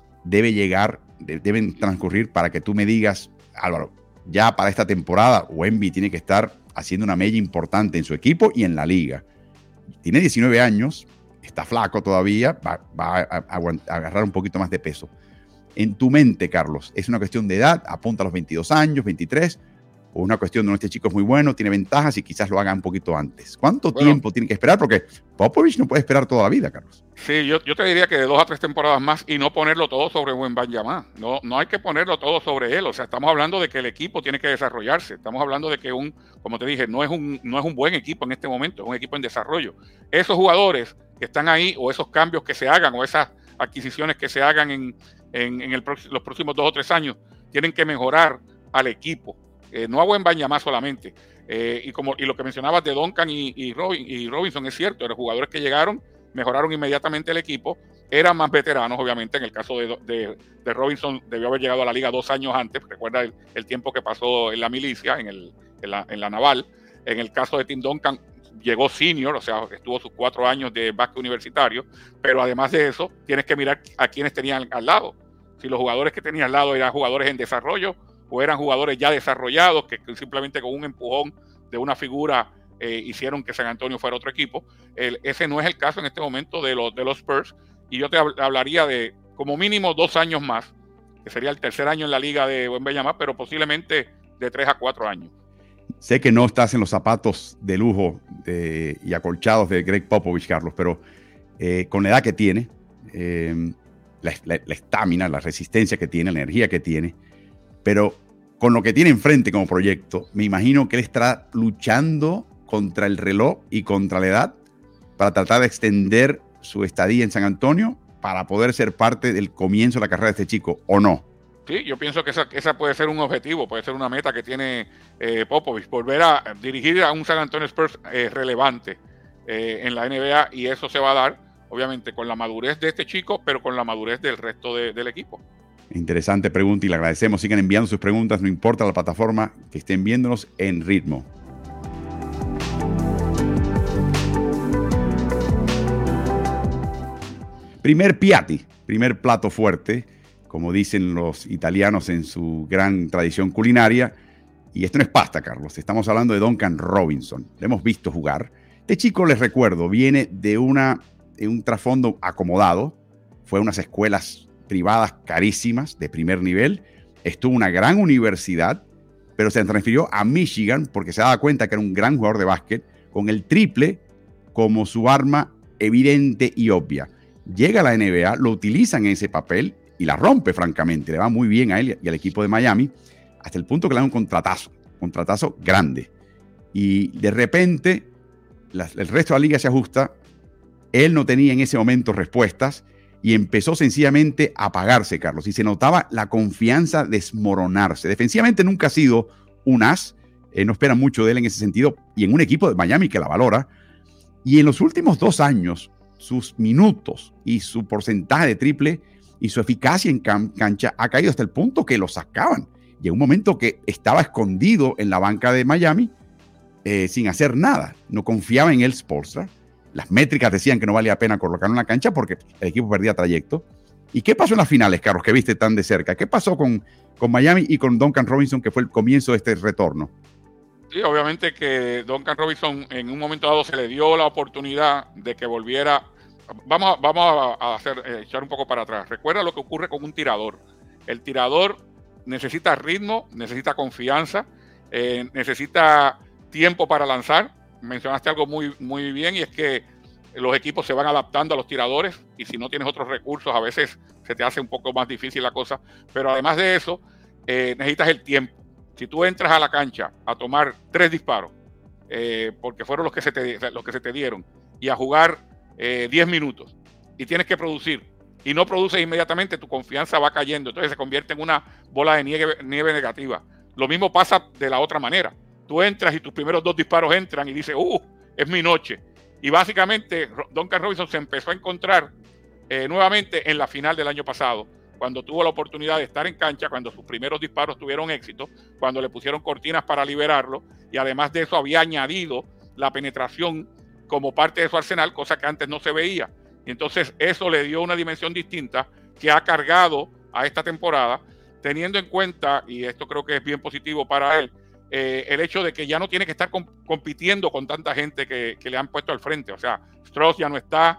deben transcurrir para que tú me digas, Álvaro, ya para esta temporada Wemby tiene que estar haciendo una mella importante en su equipo y en la liga? Tiene 19 años, está flaco todavía, va a agarrar un poquito más de peso. En tu mente, Carlos, ¿es una cuestión de edad? ¿Apunta a los 22 años, 23? ¿O una cuestión de este chico es muy bueno, tiene ventajas y quizás lo haga un poquito antes? ¿Cuánto tiempo tiene que esperar? Porque Popovich no puede esperar toda la vida, Carlos. Sí, yo te diría que de 2 a 3 temporadas más y no ponerlo todo sobre Wembanyama. No hay que ponerlo todo sobre él. O sea, estamos hablando de que el equipo tiene que desarrollarse. Estamos hablando de que como te dije, no es un buen equipo en este momento, es un equipo en desarrollo. Esos jugadores que están ahí o esos cambios que se hagan o esas adquisiciones que se hagan en los próximos 2 o 3 años tienen que mejorar al equipo. No a Wembanyama solamente. Y lo que mencionabas de Duncan y Robinson es cierto, los jugadores que llegaron mejoraron inmediatamente el equipo, eran más veteranos, obviamente. En el caso de Robinson, debió haber llegado a la liga 2 años antes, recuerda el tiempo que pasó en la milicia, en la naval. En el caso de Tim Duncan, llegó senior, o sea, estuvo sus 4 años de básquet universitario, pero además de eso, tienes que mirar a quienes tenían al lado. Si los jugadores que tenían al lado eran jugadores en desarrollo o eran jugadores ya desarrollados que simplemente con un empujón de una figura hicieron que San Antonio fuera otro equipo. Ese no es el caso en este momento de los Spurs, y yo te hablaría de como mínimo 2 años más, que sería el tercer año en la liga de Wembanyama, pero posiblemente de 3 a 4 años. Sé que no estás en los zapatos de lujo y acolchados de Greg Popovich, Carlos, pero con la edad que tiene, la estamina, la resistencia que tiene, la energía que tiene, pero con lo que tiene enfrente como proyecto, me imagino que él estará luchando contra el reloj y contra la edad para tratar de extender su estadía en San Antonio para poder ser parte del comienzo de la carrera de este chico, ¿o no? Sí, yo pienso que esa puede ser un objetivo, puede ser una meta que tiene Popovich, volver a dirigir a un San Antonio Spurs relevante en la NBA, y eso se va a dar, obviamente, con la madurez de este chico, pero con la madurez del resto del equipo. Interesante pregunta y le agradecemos. Sigan enviando sus preguntas, no importa la plataforma que estén viéndonos, en Ritmo. Primer piatti, primer plato fuerte, como dicen los italianos en su gran tradición culinaria. Y esto no es pasta, Carlos. Estamos hablando de Duncan Robinson. Lo hemos visto jugar. Este chico, les recuerdo, viene de un trasfondo acomodado. Fue a unas escuelas privadas carísimas de primer nivel. Estuvo en una gran universidad, pero se transfirió a Michigan porque se daba cuenta que era un gran jugador de básquet, con el triple como su arma evidente y obvia. Llega a la NBA, lo utilizan en ese papel y la rompe, francamente. Le va muy bien a él y al equipo de Miami, hasta el punto que le dan un contratazo grande. Y de repente, el resto de la liga se ajusta. Él no tenía en ese momento respuestas y empezó sencillamente a apagarse, Carlos, y se notaba la confianza desmoronarse. Defensivamente nunca ha sido un as, no esperan mucho de él en ese sentido, y en un equipo de Miami que la valora. Y en los últimos 2 años, sus minutos y su porcentaje de triple y su eficacia en cancha ha caído hasta el punto que lo sacaban. Y en un momento que estaba escondido en la banca de Miami, sin hacer nada. No confiaba en él Spoelstra. Las métricas decían que no valía la pena colocarlo en la cancha porque el equipo perdía trayecto. ¿Y qué pasó en las finales, Carlos, que viste tan de cerca? ¿Qué pasó con Miami y con Duncan Robinson, que fue el comienzo de este retorno? Sí, obviamente que Duncan Robinson en un momento dado se le dio la oportunidad de que volviera. Vamos a echar un poco para atrás. Recuerda lo que ocurre con un tirador. El tirador necesita ritmo, necesita confianza, necesita tiempo para lanzar. Mencionaste algo muy bien, y es que los equipos se van adaptando a los tiradores, y si no tienes otros recursos a veces se te hace un poco más difícil la cosa, pero además de eso necesitas el tiempo. Si tú entras a la cancha a tomar 3 disparos porque fueron los que se te dieron, y a jugar 10 minutos, y tienes que producir y no produces inmediatamente, tu confianza va cayendo, entonces se convierte en una bola de nieve negativa. Lo mismo pasa de la otra manera. Tú entras y tus primeros 2 disparos entran y dices, es mi noche. Y básicamente Duncan Robinson se empezó a encontrar nuevamente en la final del año pasado, cuando tuvo la oportunidad de estar en cancha, cuando sus primeros disparos tuvieron éxito, cuando le pusieron cortinas para liberarlo, y además de eso había añadido la penetración como parte de su arsenal, cosa que antes no se veía. Y entonces eso le dio una dimensión distinta que ha cargado a esta temporada, teniendo en cuenta, y esto creo que es bien positivo para él, el hecho de que ya no tiene que estar compitiendo con tanta gente que le han puesto al frente. O sea, Strauss ya no está,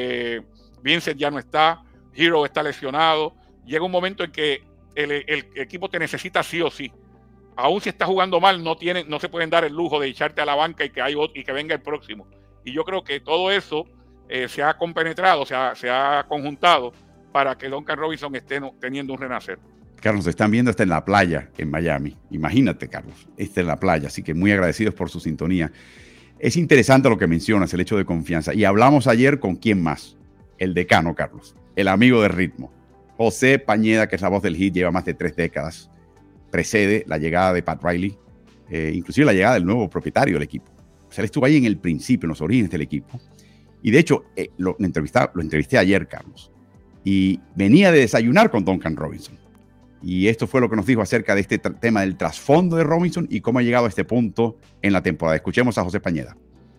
Vincent ya no está, Hero está lesionado. Llega un momento en que el equipo te necesita sí o sí. Aún si está jugando mal, no se pueden dar el lujo de echarte a la banca y que venga el próximo. Y yo creo que todo eso se ha compenetrado, se ha conjuntado para que Duncan Robinson esté teniendo un renacer. Carlos, se están viendo hasta en la playa en Miami. Imagínate, Carlos, está en la playa, así que muy agradecidos por su sintonía. Es interesante lo que mencionas, el hecho de confianza. Y hablamos ayer con quién más, el decano, Carlos, el amigo de ritmo. José Pañeda, que es la voz del Heat, lleva más de 3 décadas. Precede la llegada de Pat Riley, inclusive la llegada del nuevo propietario del equipo. O sea, él estuvo ahí en el principio, en los orígenes del equipo. Y de hecho, lo entrevisté ayer, Carlos. Y venía de desayunar con Duncan Robinson. Y esto fue lo que nos dijo acerca de este tema del trasfondo de Robinson y cómo ha llegado a este punto en la temporada. Escuchemos a José Pañeda.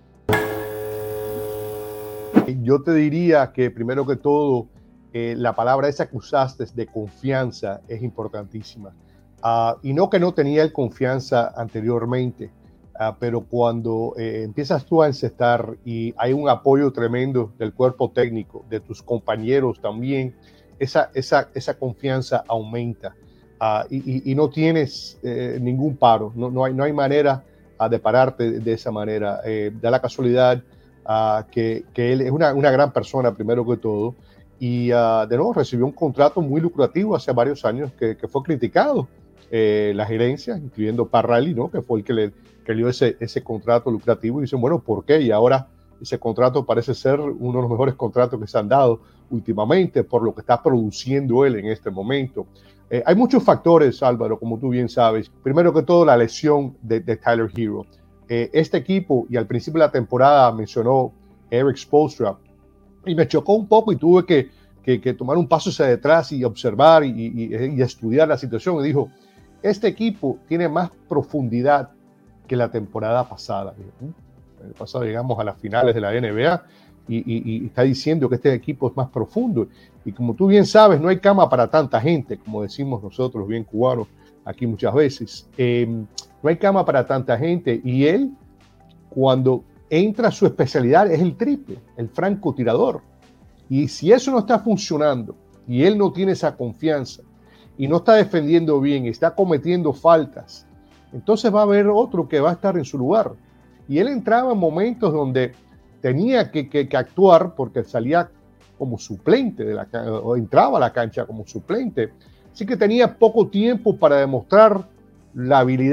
Yo te diría que primero que todo, la palabra esa que usaste de confianza es importantísima. Y no que no tenía el confianza anteriormente, pero cuando empiezas tú a encestar y hay un apoyo tremendo del cuerpo técnico, de tus compañeros también, esa confianza aumenta y no tienes ningún paro, no hay manera de pararte de esa manera. Da la casualidad que él es una gran persona primero que todo, y de nuevo recibió un contrato muy lucrativo hace varios años que fue criticado la gerencia, incluyendo Pat Riley, ¿no? Que fue el que le dio ese contrato lucrativo, y dicen, bueno, ¿por qué? Y ahora ese contrato parece ser uno de los mejores contratos que se han dado últimamente por lo que está produciendo él en este momento. Hay muchos factores, Álvaro, como tú bien sabes. Primero que todo, la lesión de Tyler Hero. Este equipo, y al principio de la temporada mencionó Erik Spoelstra, y me chocó un poco y tuve que tomar un paso hacia detrás y observar y estudiar la situación. Y dijo, este equipo tiene más profundidad que la temporada pasada. El pasado llegamos a las finales de la NBA y está diciendo que este equipo es más profundo. Y como tú bien sabes, no hay cama para tanta gente, como decimos nosotros, bien cubanos, aquí muchas veces. No hay cama para tanta gente. Y él, cuando entra, su especialidad es el triple, el francotirador. Y si eso no está funcionando y él no tiene esa confianza y no está defendiendo bien, está cometiendo faltas, entonces va a haber otro que va a estar en su lugar. Y él entraba en momentos donde tenía que actuar porque salía como suplente o entraba a la cancha como suplente. Así que tenía poco tiempo para demostrar la habilidad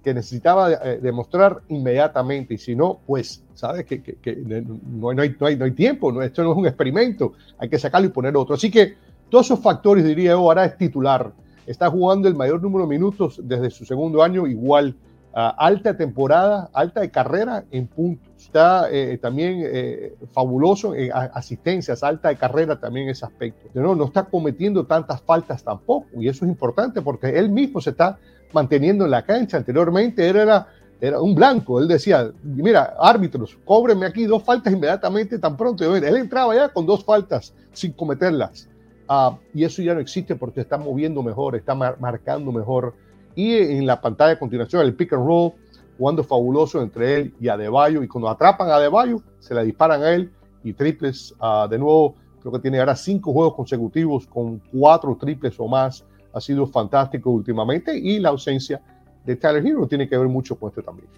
que necesitaba demostrar inmediatamente, y si no, pues, sabes que no hay tiempo, ¿no? Esto no es un experimento, hay que sacarlo y poner otro. Así que todos esos factores, diría yo, ahora es titular, está jugando el mayor número de minutos desde su segundo año, igual, alta temporada, alta de carrera en puntos, está también fabuloso en asistencias, alta de carrera también en ese aspecto. No está cometiendo tantas faltas tampoco, y eso es importante porque él mismo se está manteniendo en la cancha. Anteriormente era un blanco, él decía, mira, árbitros, cóbrenme aquí 2 faltas inmediatamente tan pronto. Él entraba ya con 2 faltas sin cometerlas, y eso ya no existe porque está moviendo mejor, está marcando mejor, y en la pantalla a continuación el pick and roll, jugando fabuloso entre él y Adebayo, y cuando atrapan a Adebayo se la disparan a él, y triples, de nuevo, creo que tiene ahora 5 juegos consecutivos con 4 triples o más. Ha sido fantástico últimamente, y la ausencia de Tyler Hero tiene que ver mucho con esto también.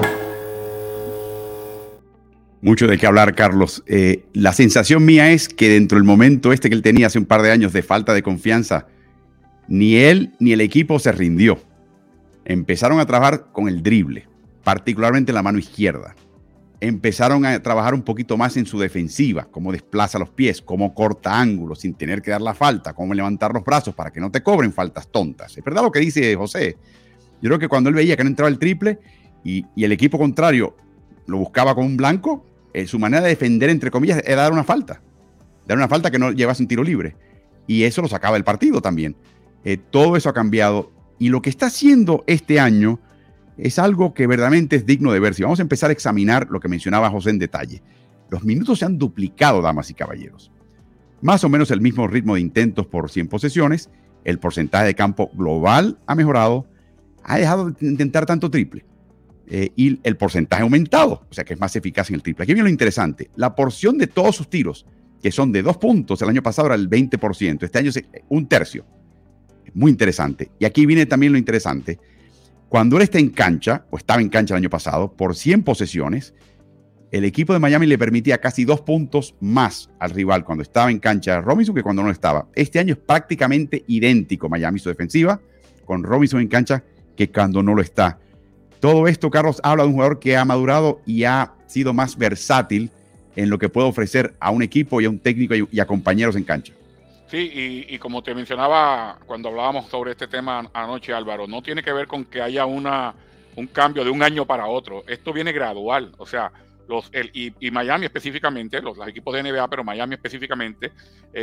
Mucho de qué hablar, Carlos. La sensación mía es que dentro del momento que él tenía hace un par de años de falta de confianza, ni él ni el equipo se rindió. Empezaron a trabajar con el drible, particularmente en la mano izquierda. Empezaron a trabajar un poquito más en su defensiva, cómo desplaza los pies, cómo corta ángulos sin tener que dar la falta, cómo levantar los brazos para que no te cobren faltas tontas. Es verdad lo que dice José. Yo creo que cuando él veía que no entraba el triple y el equipo contrario lo buscaba con un blanco, su manera de defender, entre comillas, era dar una falta que no llevase un tiro libre. Y eso lo sacaba del partido también. Todo eso ha cambiado. Y lo que está haciendo este año es algo que verdaderamente es digno de ver. Si vamos a empezar a examinar lo que mencionaba José en detalle, los minutos se han duplicado, damas y caballeros. Más o menos el mismo ritmo de intentos por 100 posesiones, el porcentaje de campo global ha mejorado, ha dejado de intentar tanto triple, y el porcentaje ha aumentado, o sea que es más eficaz en el triple. Aquí viene lo interesante, la porción de todos sus tiros, que son de 2 puntos, el año pasado era el 20%, este año es un tercio. Muy interesante. Y aquí viene también lo interesante. Cuando él está en cancha, o estaba en cancha el año pasado, por 100 posesiones, el equipo de Miami le permitía casi 2 puntos más al rival cuando estaba en cancha Robinson que cuando no estaba. Este año es prácticamente idéntico Miami, su defensiva, con Robinson en cancha que cuando no lo está. Todo esto, Carlos, habla de un jugador que ha madurado y ha sido más versátil en lo que puede ofrecer a un equipo y a un técnico y a compañeros en cancha. Sí, y como te mencionaba cuando hablábamos sobre este tema anoche, Álvaro, no tiene que ver con que haya un cambio de un año para otro. Esto viene gradual. O sea, y Miami específicamente, los equipos de NBA, pero Miami específicamente,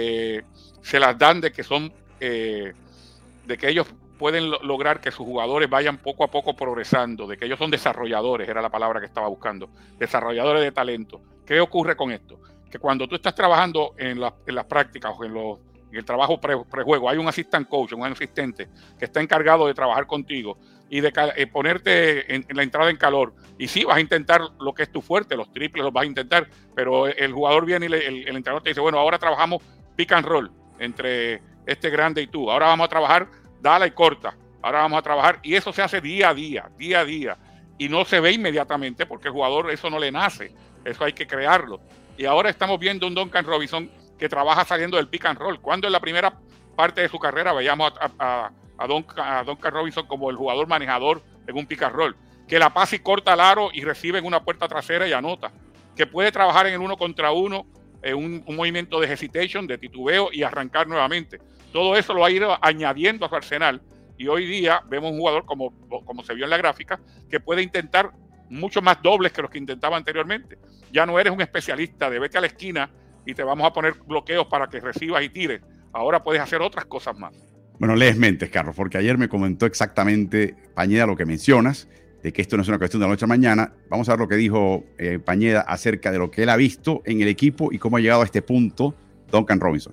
se las dan de que son, de que ellos pueden lograr que sus jugadores vayan poco a poco progresando, de que ellos son desarrolladores, era la palabra que estaba buscando, desarrolladores de talento. ¿Qué ocurre con esto? Que cuando tú estás trabajando en las prácticas o en el trabajo prejuego, hay un assistant coach, un asistente que está encargado de trabajar contigo y de ponerte en la entrada en calor. Y sí, vas a intentar lo que es tu fuerte, los triples los vas a intentar, pero el jugador viene y el entrenador te dice, bueno, ahora trabajamos pick and roll entre este grande y tú. Ahora vamos a trabajar dala y corta. Ahora vamos a trabajar, y eso se hace día a día. Y no se ve inmediatamente porque el jugador eso no le nace. Eso hay que crearlo. Y ahora estamos viendo un Duncan Robinson que trabaja saliendo del pick and roll. Cuando en la primera parte de su carrera veíamos a Duncan Robinson como el jugador manejador en un pick and roll, que la pasa y corta al aro y recibe en una puerta trasera y anota, que puede trabajar en el 1 contra 1, en un movimiento de hesitation, de titubeo y arrancar nuevamente. Todo eso lo ha ido añadiendo a su arsenal, y hoy día vemos un jugador como se vio en la gráfica, que puede intentar mucho más dobles que los que intentaba anteriormente. Ya no eres un especialista de vete a la esquina y te vamos a poner bloqueos para que recibas y tires. Ahora puedes hacer otras cosas más. Bueno, lees mentes, Carlos, porque ayer me comentó exactamente Pañeda lo que mencionas, de que esto no es una cuestión de la noche a mañana. Vamos a ver lo que dijo Pañeda acerca de lo que él ha visto en el equipo y cómo ha llegado a este punto Duncan Robinson.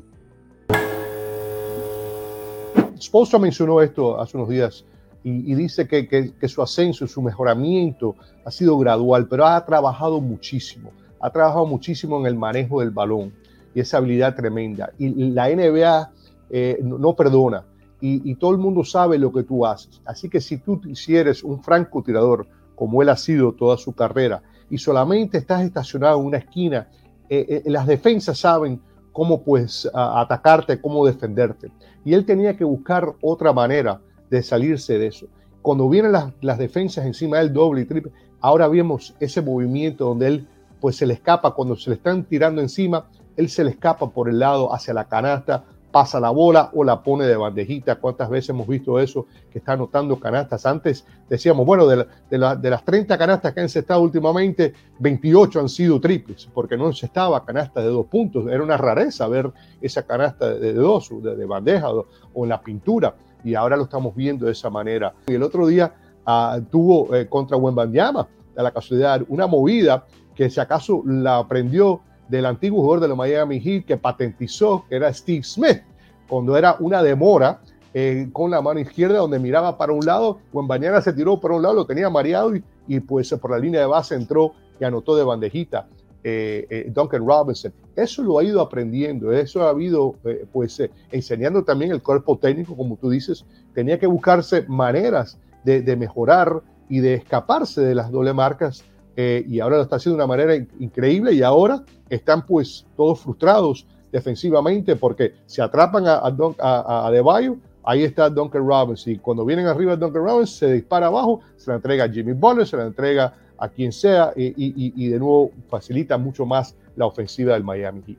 Spoelstra mencionó esto hace unos días y dice que su ascenso, su mejoramiento ha sido gradual, pero ha trabajado muchísimo en el manejo del balón y esa habilidad tremenda. Y la NBA no perdona, y todo el mundo sabe lo que tú haces. Así que si eres un francotirador, como él ha sido toda su carrera, y solamente estás estacionado en una esquina, las defensas saben cómo pues atacarte, cómo defenderte. Y él tenía que buscar otra manera de salirse de eso. cuando vienen las defensas encima del doble y triple, ahora vemos ese movimiento donde él pues se le escapa, cuando se le están tirando encima, él se le escapa por el lado hacia la canasta, pasa la bola o la pone de bandejita. ¿Cuántas veces hemos visto eso? Que está anotando canastas. Antes decíamos, bueno, de las 30 canastas que han encestado últimamente, 28 han sido triples, porque no encestaba canastas de 2 puntos. Era una rareza ver esa canasta de 2, de bandeja o en la pintura, y ahora lo estamos viendo de esa manera. Y el otro día tuvo contra Wembanyama, a la casualidad, una movida que si acaso la aprendió del antiguo jugador de los Miami Heat que patentizó, que era Steve Smith, cuando era una demora con la mano izquierda donde miraba para un lado, Wembanyama se tiró para un lado, lo tenía mareado y pues por la línea de base entró y anotó de bandejita Duncan Robinson. Eso lo ha ido aprendiendo, eso ha ido enseñando también el cuerpo técnico, como tú dices, tenía que buscarse maneras de mejorar y de escaparse de las doble marcas. Y ahora lo está haciendo de una manera increíble y ahora están pues todos frustrados defensivamente porque se atrapan a Adebayo, ahí está Duncan Robinson y cuando vienen arriba de Duncan Robinson se dispara abajo, se la entrega a Jimmy Butler, se la entrega a quien sea y de nuevo facilita mucho más la ofensiva del Miami Heat.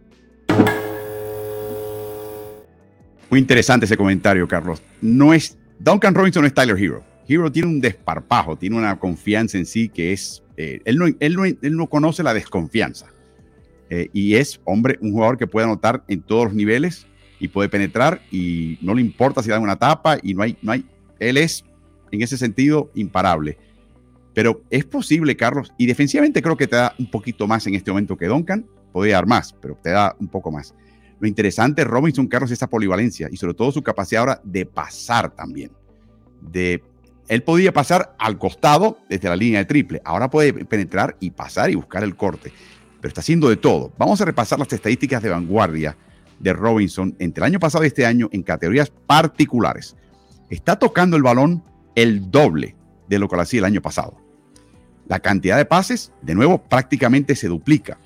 Muy interesante ese comentario, Carlos. Duncan Robinson no es Tyler Hero. Hero tiene un desparpajo, tiene una confianza en sí que es... él no conoce la desconfianza. Y es, un jugador que puede anotar en todos los niveles y puede penetrar y no le importa si dan una tapa y no hay... Él es, en ese sentido, imparable. Pero es posible, Carlos, y defensivamente creo que te da un poquito más en este momento que Duncan. Podría dar más, pero te da un poco más. Lo interesante de Robinson, Carlos, es esa polivalencia y sobre todo su capacidad ahora de pasar también. Él podía pasar al costado desde la línea de triple. Ahora puede penetrar y pasar y buscar el corte. Pero está haciendo de todo. Vamos a repasar las estadísticas de vanguardia de Robinson entre el año pasado y este año en categorías particulares. Está tocando el balón el doble de lo que lo hacía el año pasado. La cantidad de pases, de nuevo, prácticamente se duplica.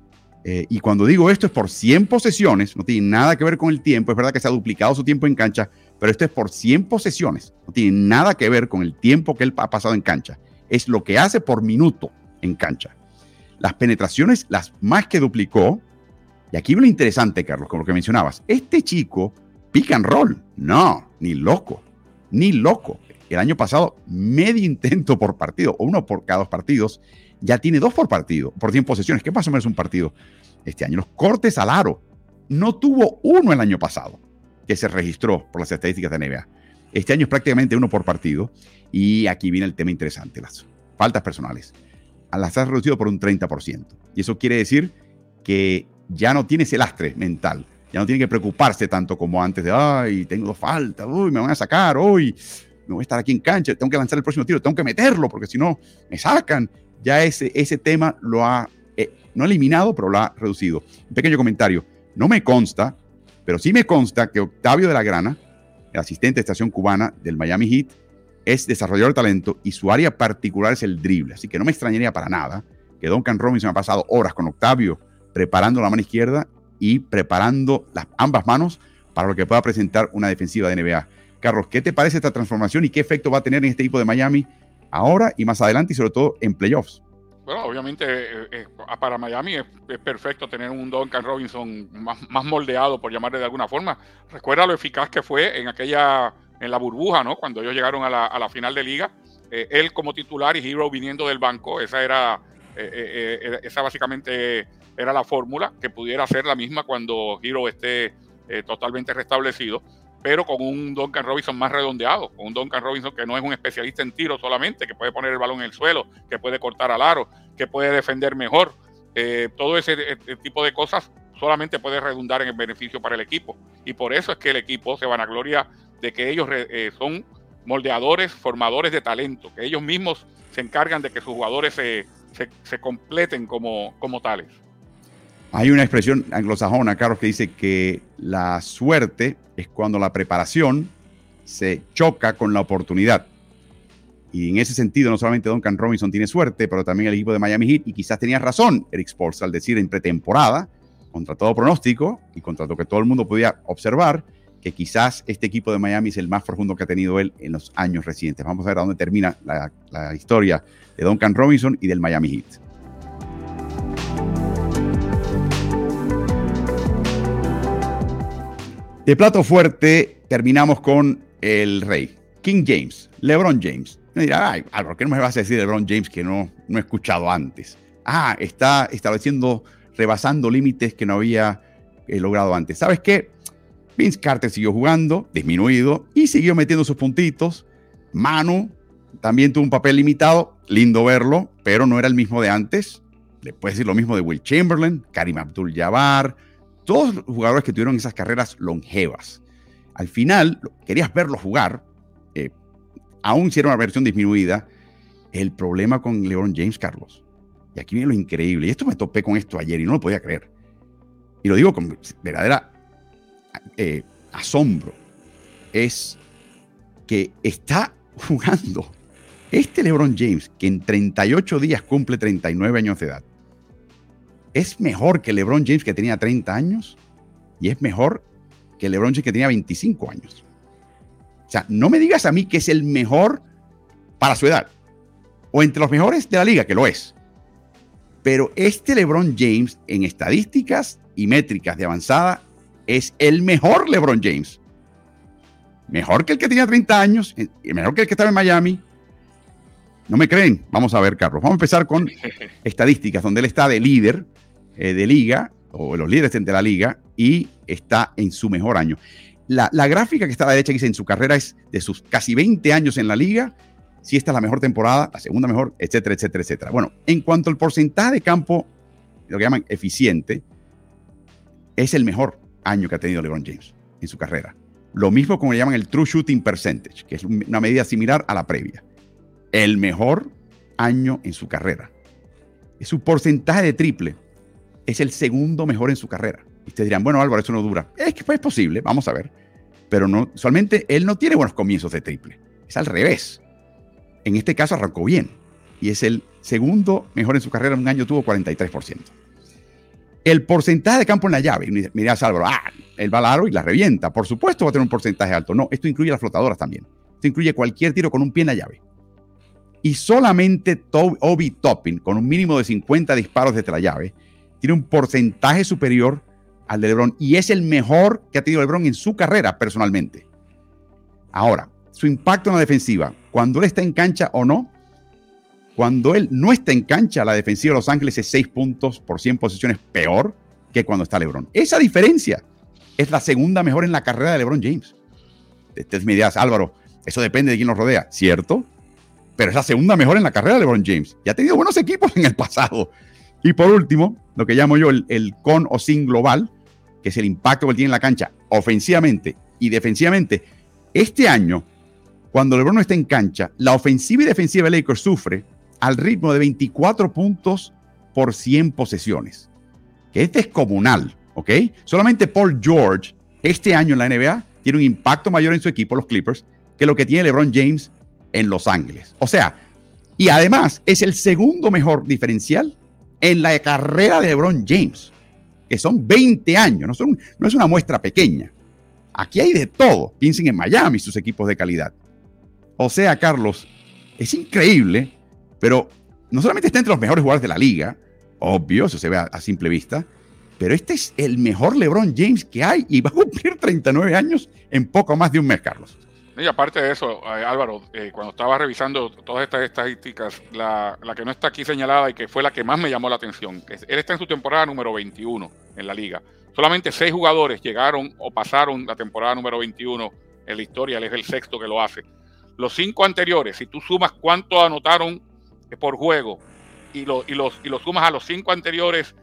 Y cuando digo esto es por 100 posesiones, no tiene nada que ver con el tiempo. Es verdad que se ha duplicado su tiempo en cancha, pero esto es por 100 posesiones. No tiene nada que ver con el tiempo que él ha pasado en cancha. Es lo que hace por minuto en cancha. Las penetraciones las más que duplicó. Y aquí lo interesante, Carlos, con lo que mencionabas. Este chico, pick and roll. No, ni loco. Ni loco. El año pasado, medio intento por partido, o 1 por cada 2 partidos. Ya tiene 2 por partido, por 100 posesiones. ¿Qué más o menos un partido este año? Los cortes al aro. No tuvo 1 el año pasado, que se registró por las estadísticas de NBA. Este año es prácticamente 1 por partido. Y aquí viene el tema interesante, las faltas personales. Las has reducido por un 30%. Y eso quiere decir que ya no tiene ese lastre mental. Ya no tiene que preocuparse tanto como antes de, ay, tengo 2 faltas, uy, me van a sacar, uy, me voy a estar aquí en cancha, tengo que lanzar el próximo tiro, tengo que meterlo, porque si no, me sacan. Ya ese tema lo ha, no eliminado, pero lo ha reducido. Un pequeño comentario. No me consta, pero sí me consta que Octavio de la Grana, el asistente de estación cubana del Miami Heat, es desarrollador de talento y su área particular es el drible. Así que no me extrañaría para nada que Duncan Robinson ha pasado horas con Octavio preparando la mano izquierda y preparando ambas manos para lo que pueda presentar una defensiva de NBA. Carlos, ¿qué te parece esta transformación y qué efecto va a tener en este equipo de Miami ahora y más adelante y sobre todo en playoffs? Bueno, obviamente para Miami es perfecto tener un Duncan Robinson más moldeado, por llamarle de alguna forma. Recuerda lo eficaz que fue en la burbuja, ¿no? Cuando ellos llegaron a la final de liga. Él como titular y Hero viniendo del banco, esa básicamente era la fórmula que pudiera ser la misma cuando Hero esté totalmente restablecido, pero con un Duncan Robinson más redondeado, con un Duncan Robinson que no es un especialista en tiro solamente, que puede poner el balón en el suelo, que puede cortar al aro, que puede defender mejor. Todo ese tipo de cosas solamente puede redundar en el beneficio para el equipo. Y por eso es que el equipo se vanagloria de que ellos son moldeadores, formadores de talento, que ellos mismos se encargan de que sus jugadores se completen como tales. Hay una expresión anglosajona, Carlos, que dice que la suerte es cuando la preparación se choca con la oportunidad. Y en ese sentido, no solamente Duncan Robinson tiene suerte, pero también el equipo de Miami Heat, y quizás tenía razón Eric Spoelstra al decir en pretemporada, contra todo pronóstico y contra lo que todo el mundo podía observar, que quizás este equipo de Miami es el más profundo que ha tenido él en los años recientes. Vamos a ver a dónde termina la historia de Duncan Robinson y del Miami Heat. De plato fuerte terminamos con el rey, King James, LeBron James. Me dirá, ay, ¿por qué no me vas a decir LeBron James que no he escuchado antes? Está rebasando límites que no había logrado antes. ¿Sabes qué? Vince Carter siguió jugando, disminuido, y siguió metiendo sus puntitos. Manu también tuvo un papel limitado, lindo verlo, pero no era el mismo de antes. Le puedes decir lo mismo de Will Chamberlain, Karim Abdul-Jabbar, todos los jugadores que tuvieron esas carreras longevas. Al final, querías verlos jugar, aún si era una versión disminuida. El problema con LeBron James, Carlos, y aquí viene lo increíble, y esto me topé con esto ayer y no lo podía creer, y lo digo con verdadera asombro, es que está jugando este LeBron James, que en 38 días cumple 39 años de edad. Es mejor que LeBron James, que tenía 30 años, y es mejor que LeBron James, que tenía 25 años. O sea, no me digas a mí que es el mejor para su edad, o entre los mejores de la liga, que lo es. Pero este LeBron James, en estadísticas y métricas de avanzada, es el mejor LeBron James. Mejor que el que tenía 30 años, y mejor que el que estaba en Miami. ¿No me creen? Vamos a ver, Carlos. Vamos a empezar con estadísticas, donde él está de líder de liga, o los líderes de la liga, y está en su mejor año. La gráfica que está a la derecha, que dice en su carrera, es de sus casi 20 años en la liga, si esta es la mejor temporada, la segunda mejor, etcétera, etcétera, etcétera. Bueno, en cuanto al porcentaje de campo, lo que llaman eficiente, es el mejor año que ha tenido LeBron James en su carrera. Lo mismo como le llaman el True Shooting Percentage, que es una medida similar a la previa. El mejor año en su carrera. Su porcentaje de triple es el segundo mejor en su carrera. Y ustedes dirán, bueno, Álvaro, eso no dura. Es que es posible, vamos a ver. Pero no, usualmente él no tiene buenos comienzos de triple. Es al revés. En este caso arrancó bien. Y es el segundo mejor en su carrera. Un año tuvo 43%. El porcentaje de campo en la llave. Mirás, Álvaro, él va al aro y la revienta. Por supuesto va a tener un porcentaje alto. No, esto incluye las flotadoras también. Esto incluye cualquier tiro con un pie en la llave. Y solamente Obi Toppin, con un mínimo de 50 disparos desde la llave, tiene un porcentaje superior al de LeBron. Y es el mejor que ha tenido LeBron en su carrera personalmente. Ahora, su impacto en la defensiva, cuando él está en cancha o no. Cuando él no está en cancha, la defensiva de Los Ángeles es 6 puntos por 100 posesiones peor que cuando está LeBron. Esa diferencia es la segunda mejor en la carrera de LeBron James. Entonces me dirás, Álvaro, eso depende de quién lo rodea, ¿cierto? Pero es la segunda mejor en la carrera de LeBron James. Y ha tenido buenos equipos en el pasado. Y por último, lo que llamo yo el con o sin global, que es el impacto que él tiene en la cancha ofensivamente y defensivamente. Este año, cuando LeBron no está en cancha, la ofensiva y defensiva de Lakers sufre al ritmo de 24 puntos por 100 posesiones, que es descomunal, ¿ok? Solamente Paul George, este año en la NBA, tiene un impacto mayor en su equipo, los Clippers, que lo que tiene LeBron James en Los Ángeles. O sea, y además es el segundo mejor diferencial en la carrera de LeBron James, que son 20 años, no es una muestra pequeña. Aquí hay de todo. Piensen en Miami, sus equipos de calidad. O sea, Carlos, es increíble, pero no solamente está entre los mejores jugadores de la liga, obvio, eso se ve a simple vista, pero este es el mejor LeBron James que hay y va a cumplir 39 años en poco más de un mes, Carlos. Y aparte de eso, Álvaro, cuando estaba revisando todas estas estadísticas, la que no está aquí señalada y que fue la que más me llamó la atención, que él está en su temporada número 21 en la liga. Solamente 6 jugadores llegaron o pasaron la temporada número 21 en la historia, él es el sexto que lo hace. Los 5 anteriores, si tú sumas cuánto anotaron por juego y lo sumas a los 5 anteriores,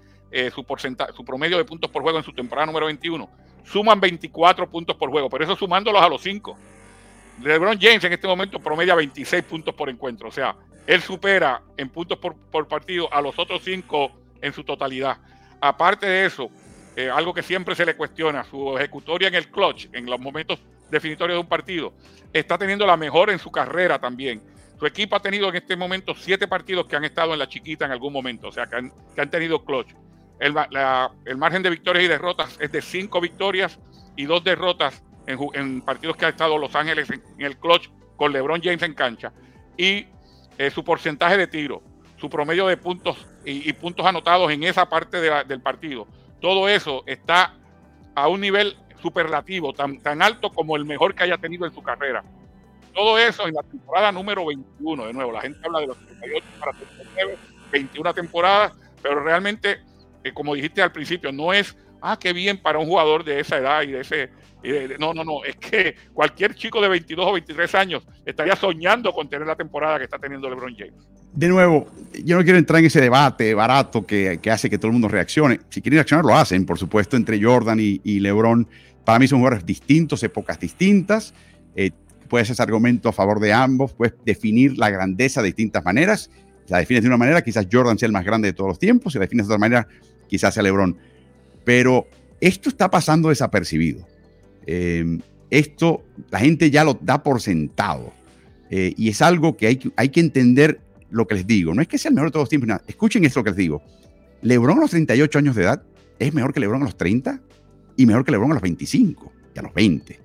su promedio de puntos por juego en su temporada número 21, suman 24 puntos por juego, pero eso sumándolos a los 5. LeBron James en este momento promedia 26 puntos por encuentro, o sea, él supera en puntos por partido a los otros 5 en su totalidad. Aparte de eso, algo que siempre se le cuestiona, su ejecutoria en el clutch, en los momentos definitorios de un partido, está teniendo la mejor en su carrera también. Su equipo ha tenido en este momento 7 partidos que han estado en la chiquita en algún momento, o sea, que han tenido clutch. El margen de victorias y derrotas es de 5 victorias y 2 derrotas en partidos que ha estado Los Ángeles en el clutch con LeBron James en cancha, y su porcentaje de tiro, su promedio de puntos y puntos anotados en esa parte del partido, todo eso está a un nivel superlativo, tan alto como el mejor que haya tenido en su carrera. Todo eso en la temporada número 21. De nuevo, la gente habla de los 38 para 39, 21 temporadas, pero realmente, como dijiste al principio, no es, qué bien para un jugador de esa edad y de ese... No, es que cualquier chico de 22 o 23 años estaría soñando con tener la temporada que está teniendo LeBron James. De nuevo, yo no quiero entrar en ese debate barato que hace que todo el mundo reaccione. Si quieren reaccionar, lo hacen, por supuesto, entre Jordan y LeBron. Para mí son jugadores distintos, épocas distintas. Puedes hacer argumento a favor de ambos, puedes definir la grandeza de distintas maneras. Si la defines de una manera, quizás Jordan sea el más grande de todos los tiempos. Si la defines de otra manera, quizás sea LeBron. Pero esto está pasando desapercibido. Esto la gente ya lo da por sentado. Y es algo que hay que entender lo que les digo. No es que sea el mejor de todos los tiempos. Nada. Escuchen esto que les digo. LeBron a los 38 años de edad es mejor que LeBron a los 30 y mejor que LeBron a los 25 y a los 20.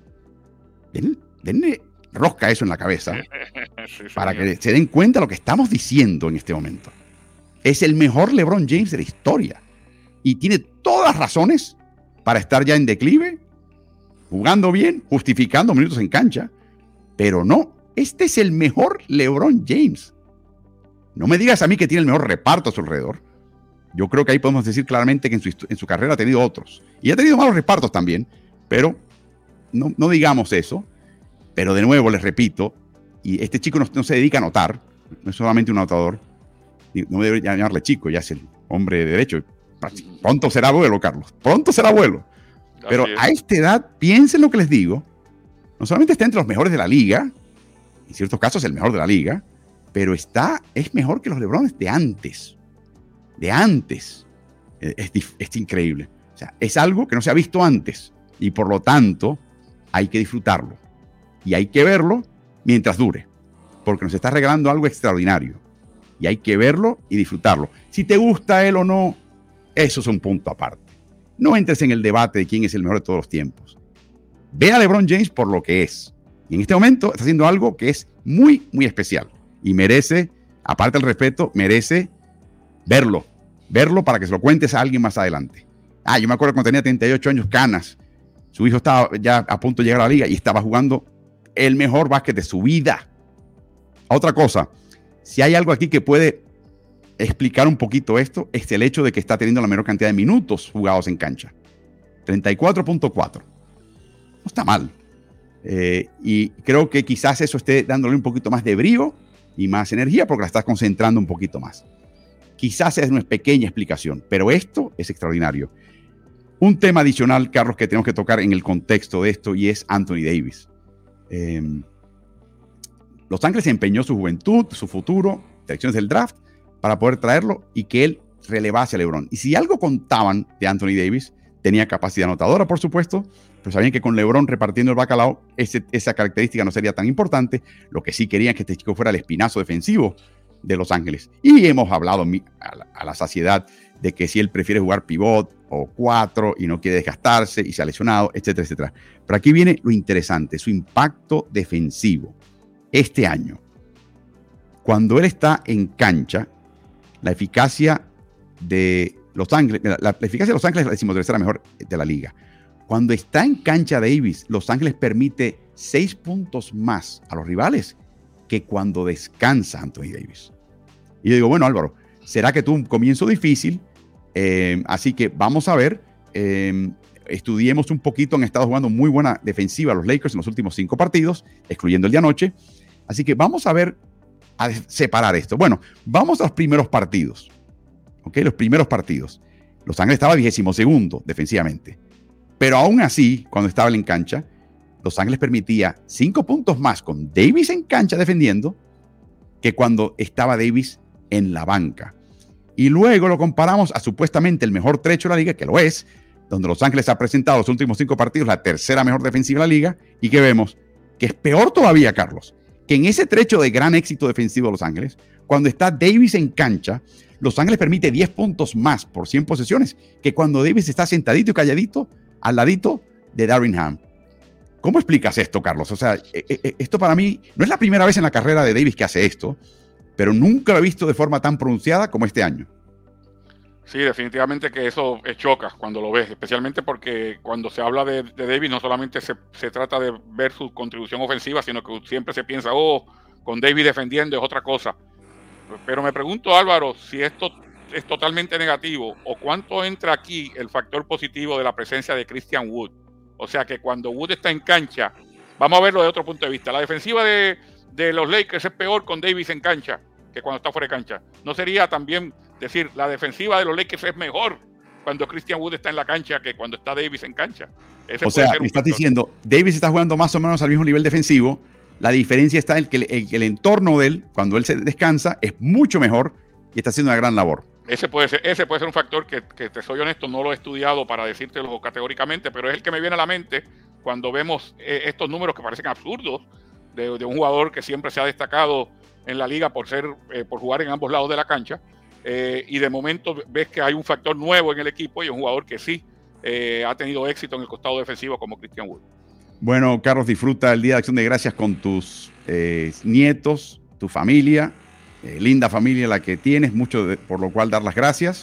Denle rosca eso en la cabeza sí, para que se den cuenta de lo que estamos diciendo en este momento. Es el mejor LeBron James de la historia y tiene todas las razones para estar ya en declive, jugando bien, justificando minutos en cancha, pero no, este es el mejor LeBron James. No me digas a mí que tiene el mejor reparto a su alrededor. Yo creo que ahí podemos decir claramente que en su carrera ha tenido otros. Y ha tenido malos repartos también, pero no digamos eso. Pero de nuevo, les repito, y este chico no se dedica a anotar, no es solamente un anotador, no debe llamarle chico, ya es el hombre de derecho. Pronto será abuelo, Carlos, pronto será abuelo. Pero a esta edad, piensen lo que les digo, no solamente está entre los mejores de la liga, en ciertos casos el mejor de la liga, pero es mejor que los LeBrones de antes. De antes. Es increíble. O sea, es algo que no se ha visto antes y por lo tanto hay que disfrutarlo. Y hay que verlo mientras dure, porque nos está regalando algo extraordinario. Y hay que verlo y disfrutarlo. Si te gusta él o no, eso es un punto aparte. No entres en el debate de quién es el mejor de todos los tiempos. Ve a LeBron James por lo que es. Y en este momento está haciendo algo que es muy, muy especial. Y merece, aparte del respeto, merece verlo. Verlo para que se lo cuentes a alguien más adelante. Yo me acuerdo cuando tenía 38 años, Canas. Su hijo estaba ya a punto de llegar a la liga y estaba jugando el mejor básquet de su vida. Otra cosa, si hay algo aquí que puede explicar un poquito esto, es el hecho de que está teniendo la menor cantidad de minutos jugados en cancha. 34.4. No está mal. Y creo que quizás eso esté dándole un poquito más de brío y más energía porque la estás concentrando un poquito más. Quizás es una pequeña explicación, pero esto es extraordinario. Un tema adicional, Carlos, que tenemos que tocar en el contexto de esto y es Anthony Davis. Los Ángeles empeñó su juventud, su futuro, selecciones del draft para poder traerlo y que él relevase a LeBron. Y si algo contaban de Anthony Davis, tenía capacidad anotadora, por supuesto, pero sabían que con LeBron repartiendo el bacalao, esa característica no sería tan importante. Lo que sí querían que este chico fuera el espinazo defensivo de Los Ángeles. Y hemos hablado a la saciedad de que si él prefiere jugar pivot o 4 y no quiere desgastarse y se ha lesionado, etcétera, etcétera. Pero aquí viene lo interesante, su impacto defensivo. Este año, cuando él está en cancha, la eficacia de Los Ángeles, la eficacia de Los Ángeles es la decimotercera mejor de la liga. Cuando está en cancha Davis, Los Ángeles permite 6 puntos más a los rivales que cuando descansa Anthony Davis. Y yo digo, bueno, Álvaro, será que tuvo un comienzo difícil, así que vamos a ver, estudiemos un poquito. Han estado jugando muy buena defensiva los Lakers en los últimos 5 partidos, excluyendo el de anoche, así que vamos a ver, a separar esto. Bueno, vamos a los primeros partidos, ¿ok? Los primeros partidos. Los Ángeles estaba 22º defensivamente, pero aún así, cuando estaba en cancha, Los Ángeles permitía 5 puntos más con Davis en cancha defendiendo que cuando estaba Davis en la banca. Y luego lo comparamos a supuestamente el mejor trecho de la liga, que lo es, donde Los Ángeles ha presentado los últimos 5 partidos la tercera mejor defensiva de la liga, y que vemos que es peor todavía, Carlos, que en ese trecho de gran éxito defensivo de Los Ángeles, cuando está Davis en cancha, Los Ángeles permite 10 puntos más por 100 posesiones que cuando Davis está sentadito y calladito al ladito de Darvin Ham. ¿Cómo explicas esto, Carlos? O sea, esto para mí no es la primera vez en la carrera de Davis que hace esto, pero nunca lo he visto de forma tan pronunciada como este año. Sí, definitivamente que eso choca cuando lo ves, especialmente porque cuando se habla de Davis no solamente se trata de ver su contribución ofensiva, sino que siempre se piensa, con Davis defendiendo es otra cosa. Pero me pregunto, Álvaro, si esto es totalmente negativo o cuánto entra aquí el factor positivo de la presencia de Christian Wood. O sea que cuando Wood está en cancha, vamos a verlo de otro punto de vista. La defensiva de los Lakers es peor con Davis en cancha que cuando está fuera de cancha. ¿No sería también decir, la defensiva de los Lakers es mejor cuando Christian Wood está en la cancha que cuando está Davis en cancha? O sea, me estás diciendo, Davis está jugando más o menos al mismo nivel defensivo. La diferencia está en que el entorno de él, cuando él se descansa, es mucho mejor y está haciendo una gran labor. Ese puede ser un factor que te soy honesto, no lo he estudiado para decírtelo categóricamente, pero es el que me viene a la mente cuando vemos estos números que parecen absurdos de un jugador que siempre se ha destacado en la liga por jugar en ambos lados de la cancha, y de momento ves que hay un factor nuevo en el equipo y un jugador que sí ha tenido éxito en el costado defensivo como Christian Wood. Bueno, Carlos, disfruta el Día de Acción de Gracias con tus nietos, tu familia, linda familia la que tienes, por lo cual dar las gracias.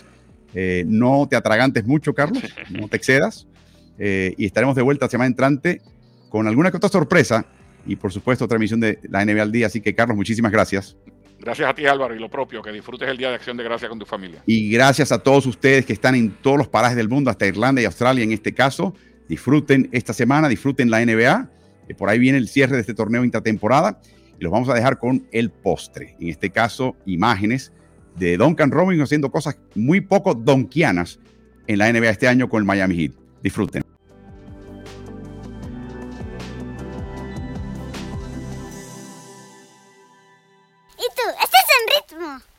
No te atragantes mucho, Carlos, no te excedas, y estaremos de vuelta la semana entrante con alguna que otra sorpresa y por supuesto otra emisión de la NBA al Día. Así que, Carlos, muchísimas gracias. Gracias a ti, Álvaro, y lo propio, que disfrutes el Día de Acción de Gracias con tu familia. Y gracias a todos ustedes que están en todos los parajes del mundo, hasta Irlanda y Australia en este caso. Disfruten esta semana, disfruten la NBA. Por ahí viene el cierre de este torneo intratemporada y los vamos a dejar con el postre. En este caso, imágenes de Duncan Robinson haciendo cosas muy poco donkianas en la NBA este año con el Miami Heat. Disfruten. ¿Y tú? ¿Estás en ritmo?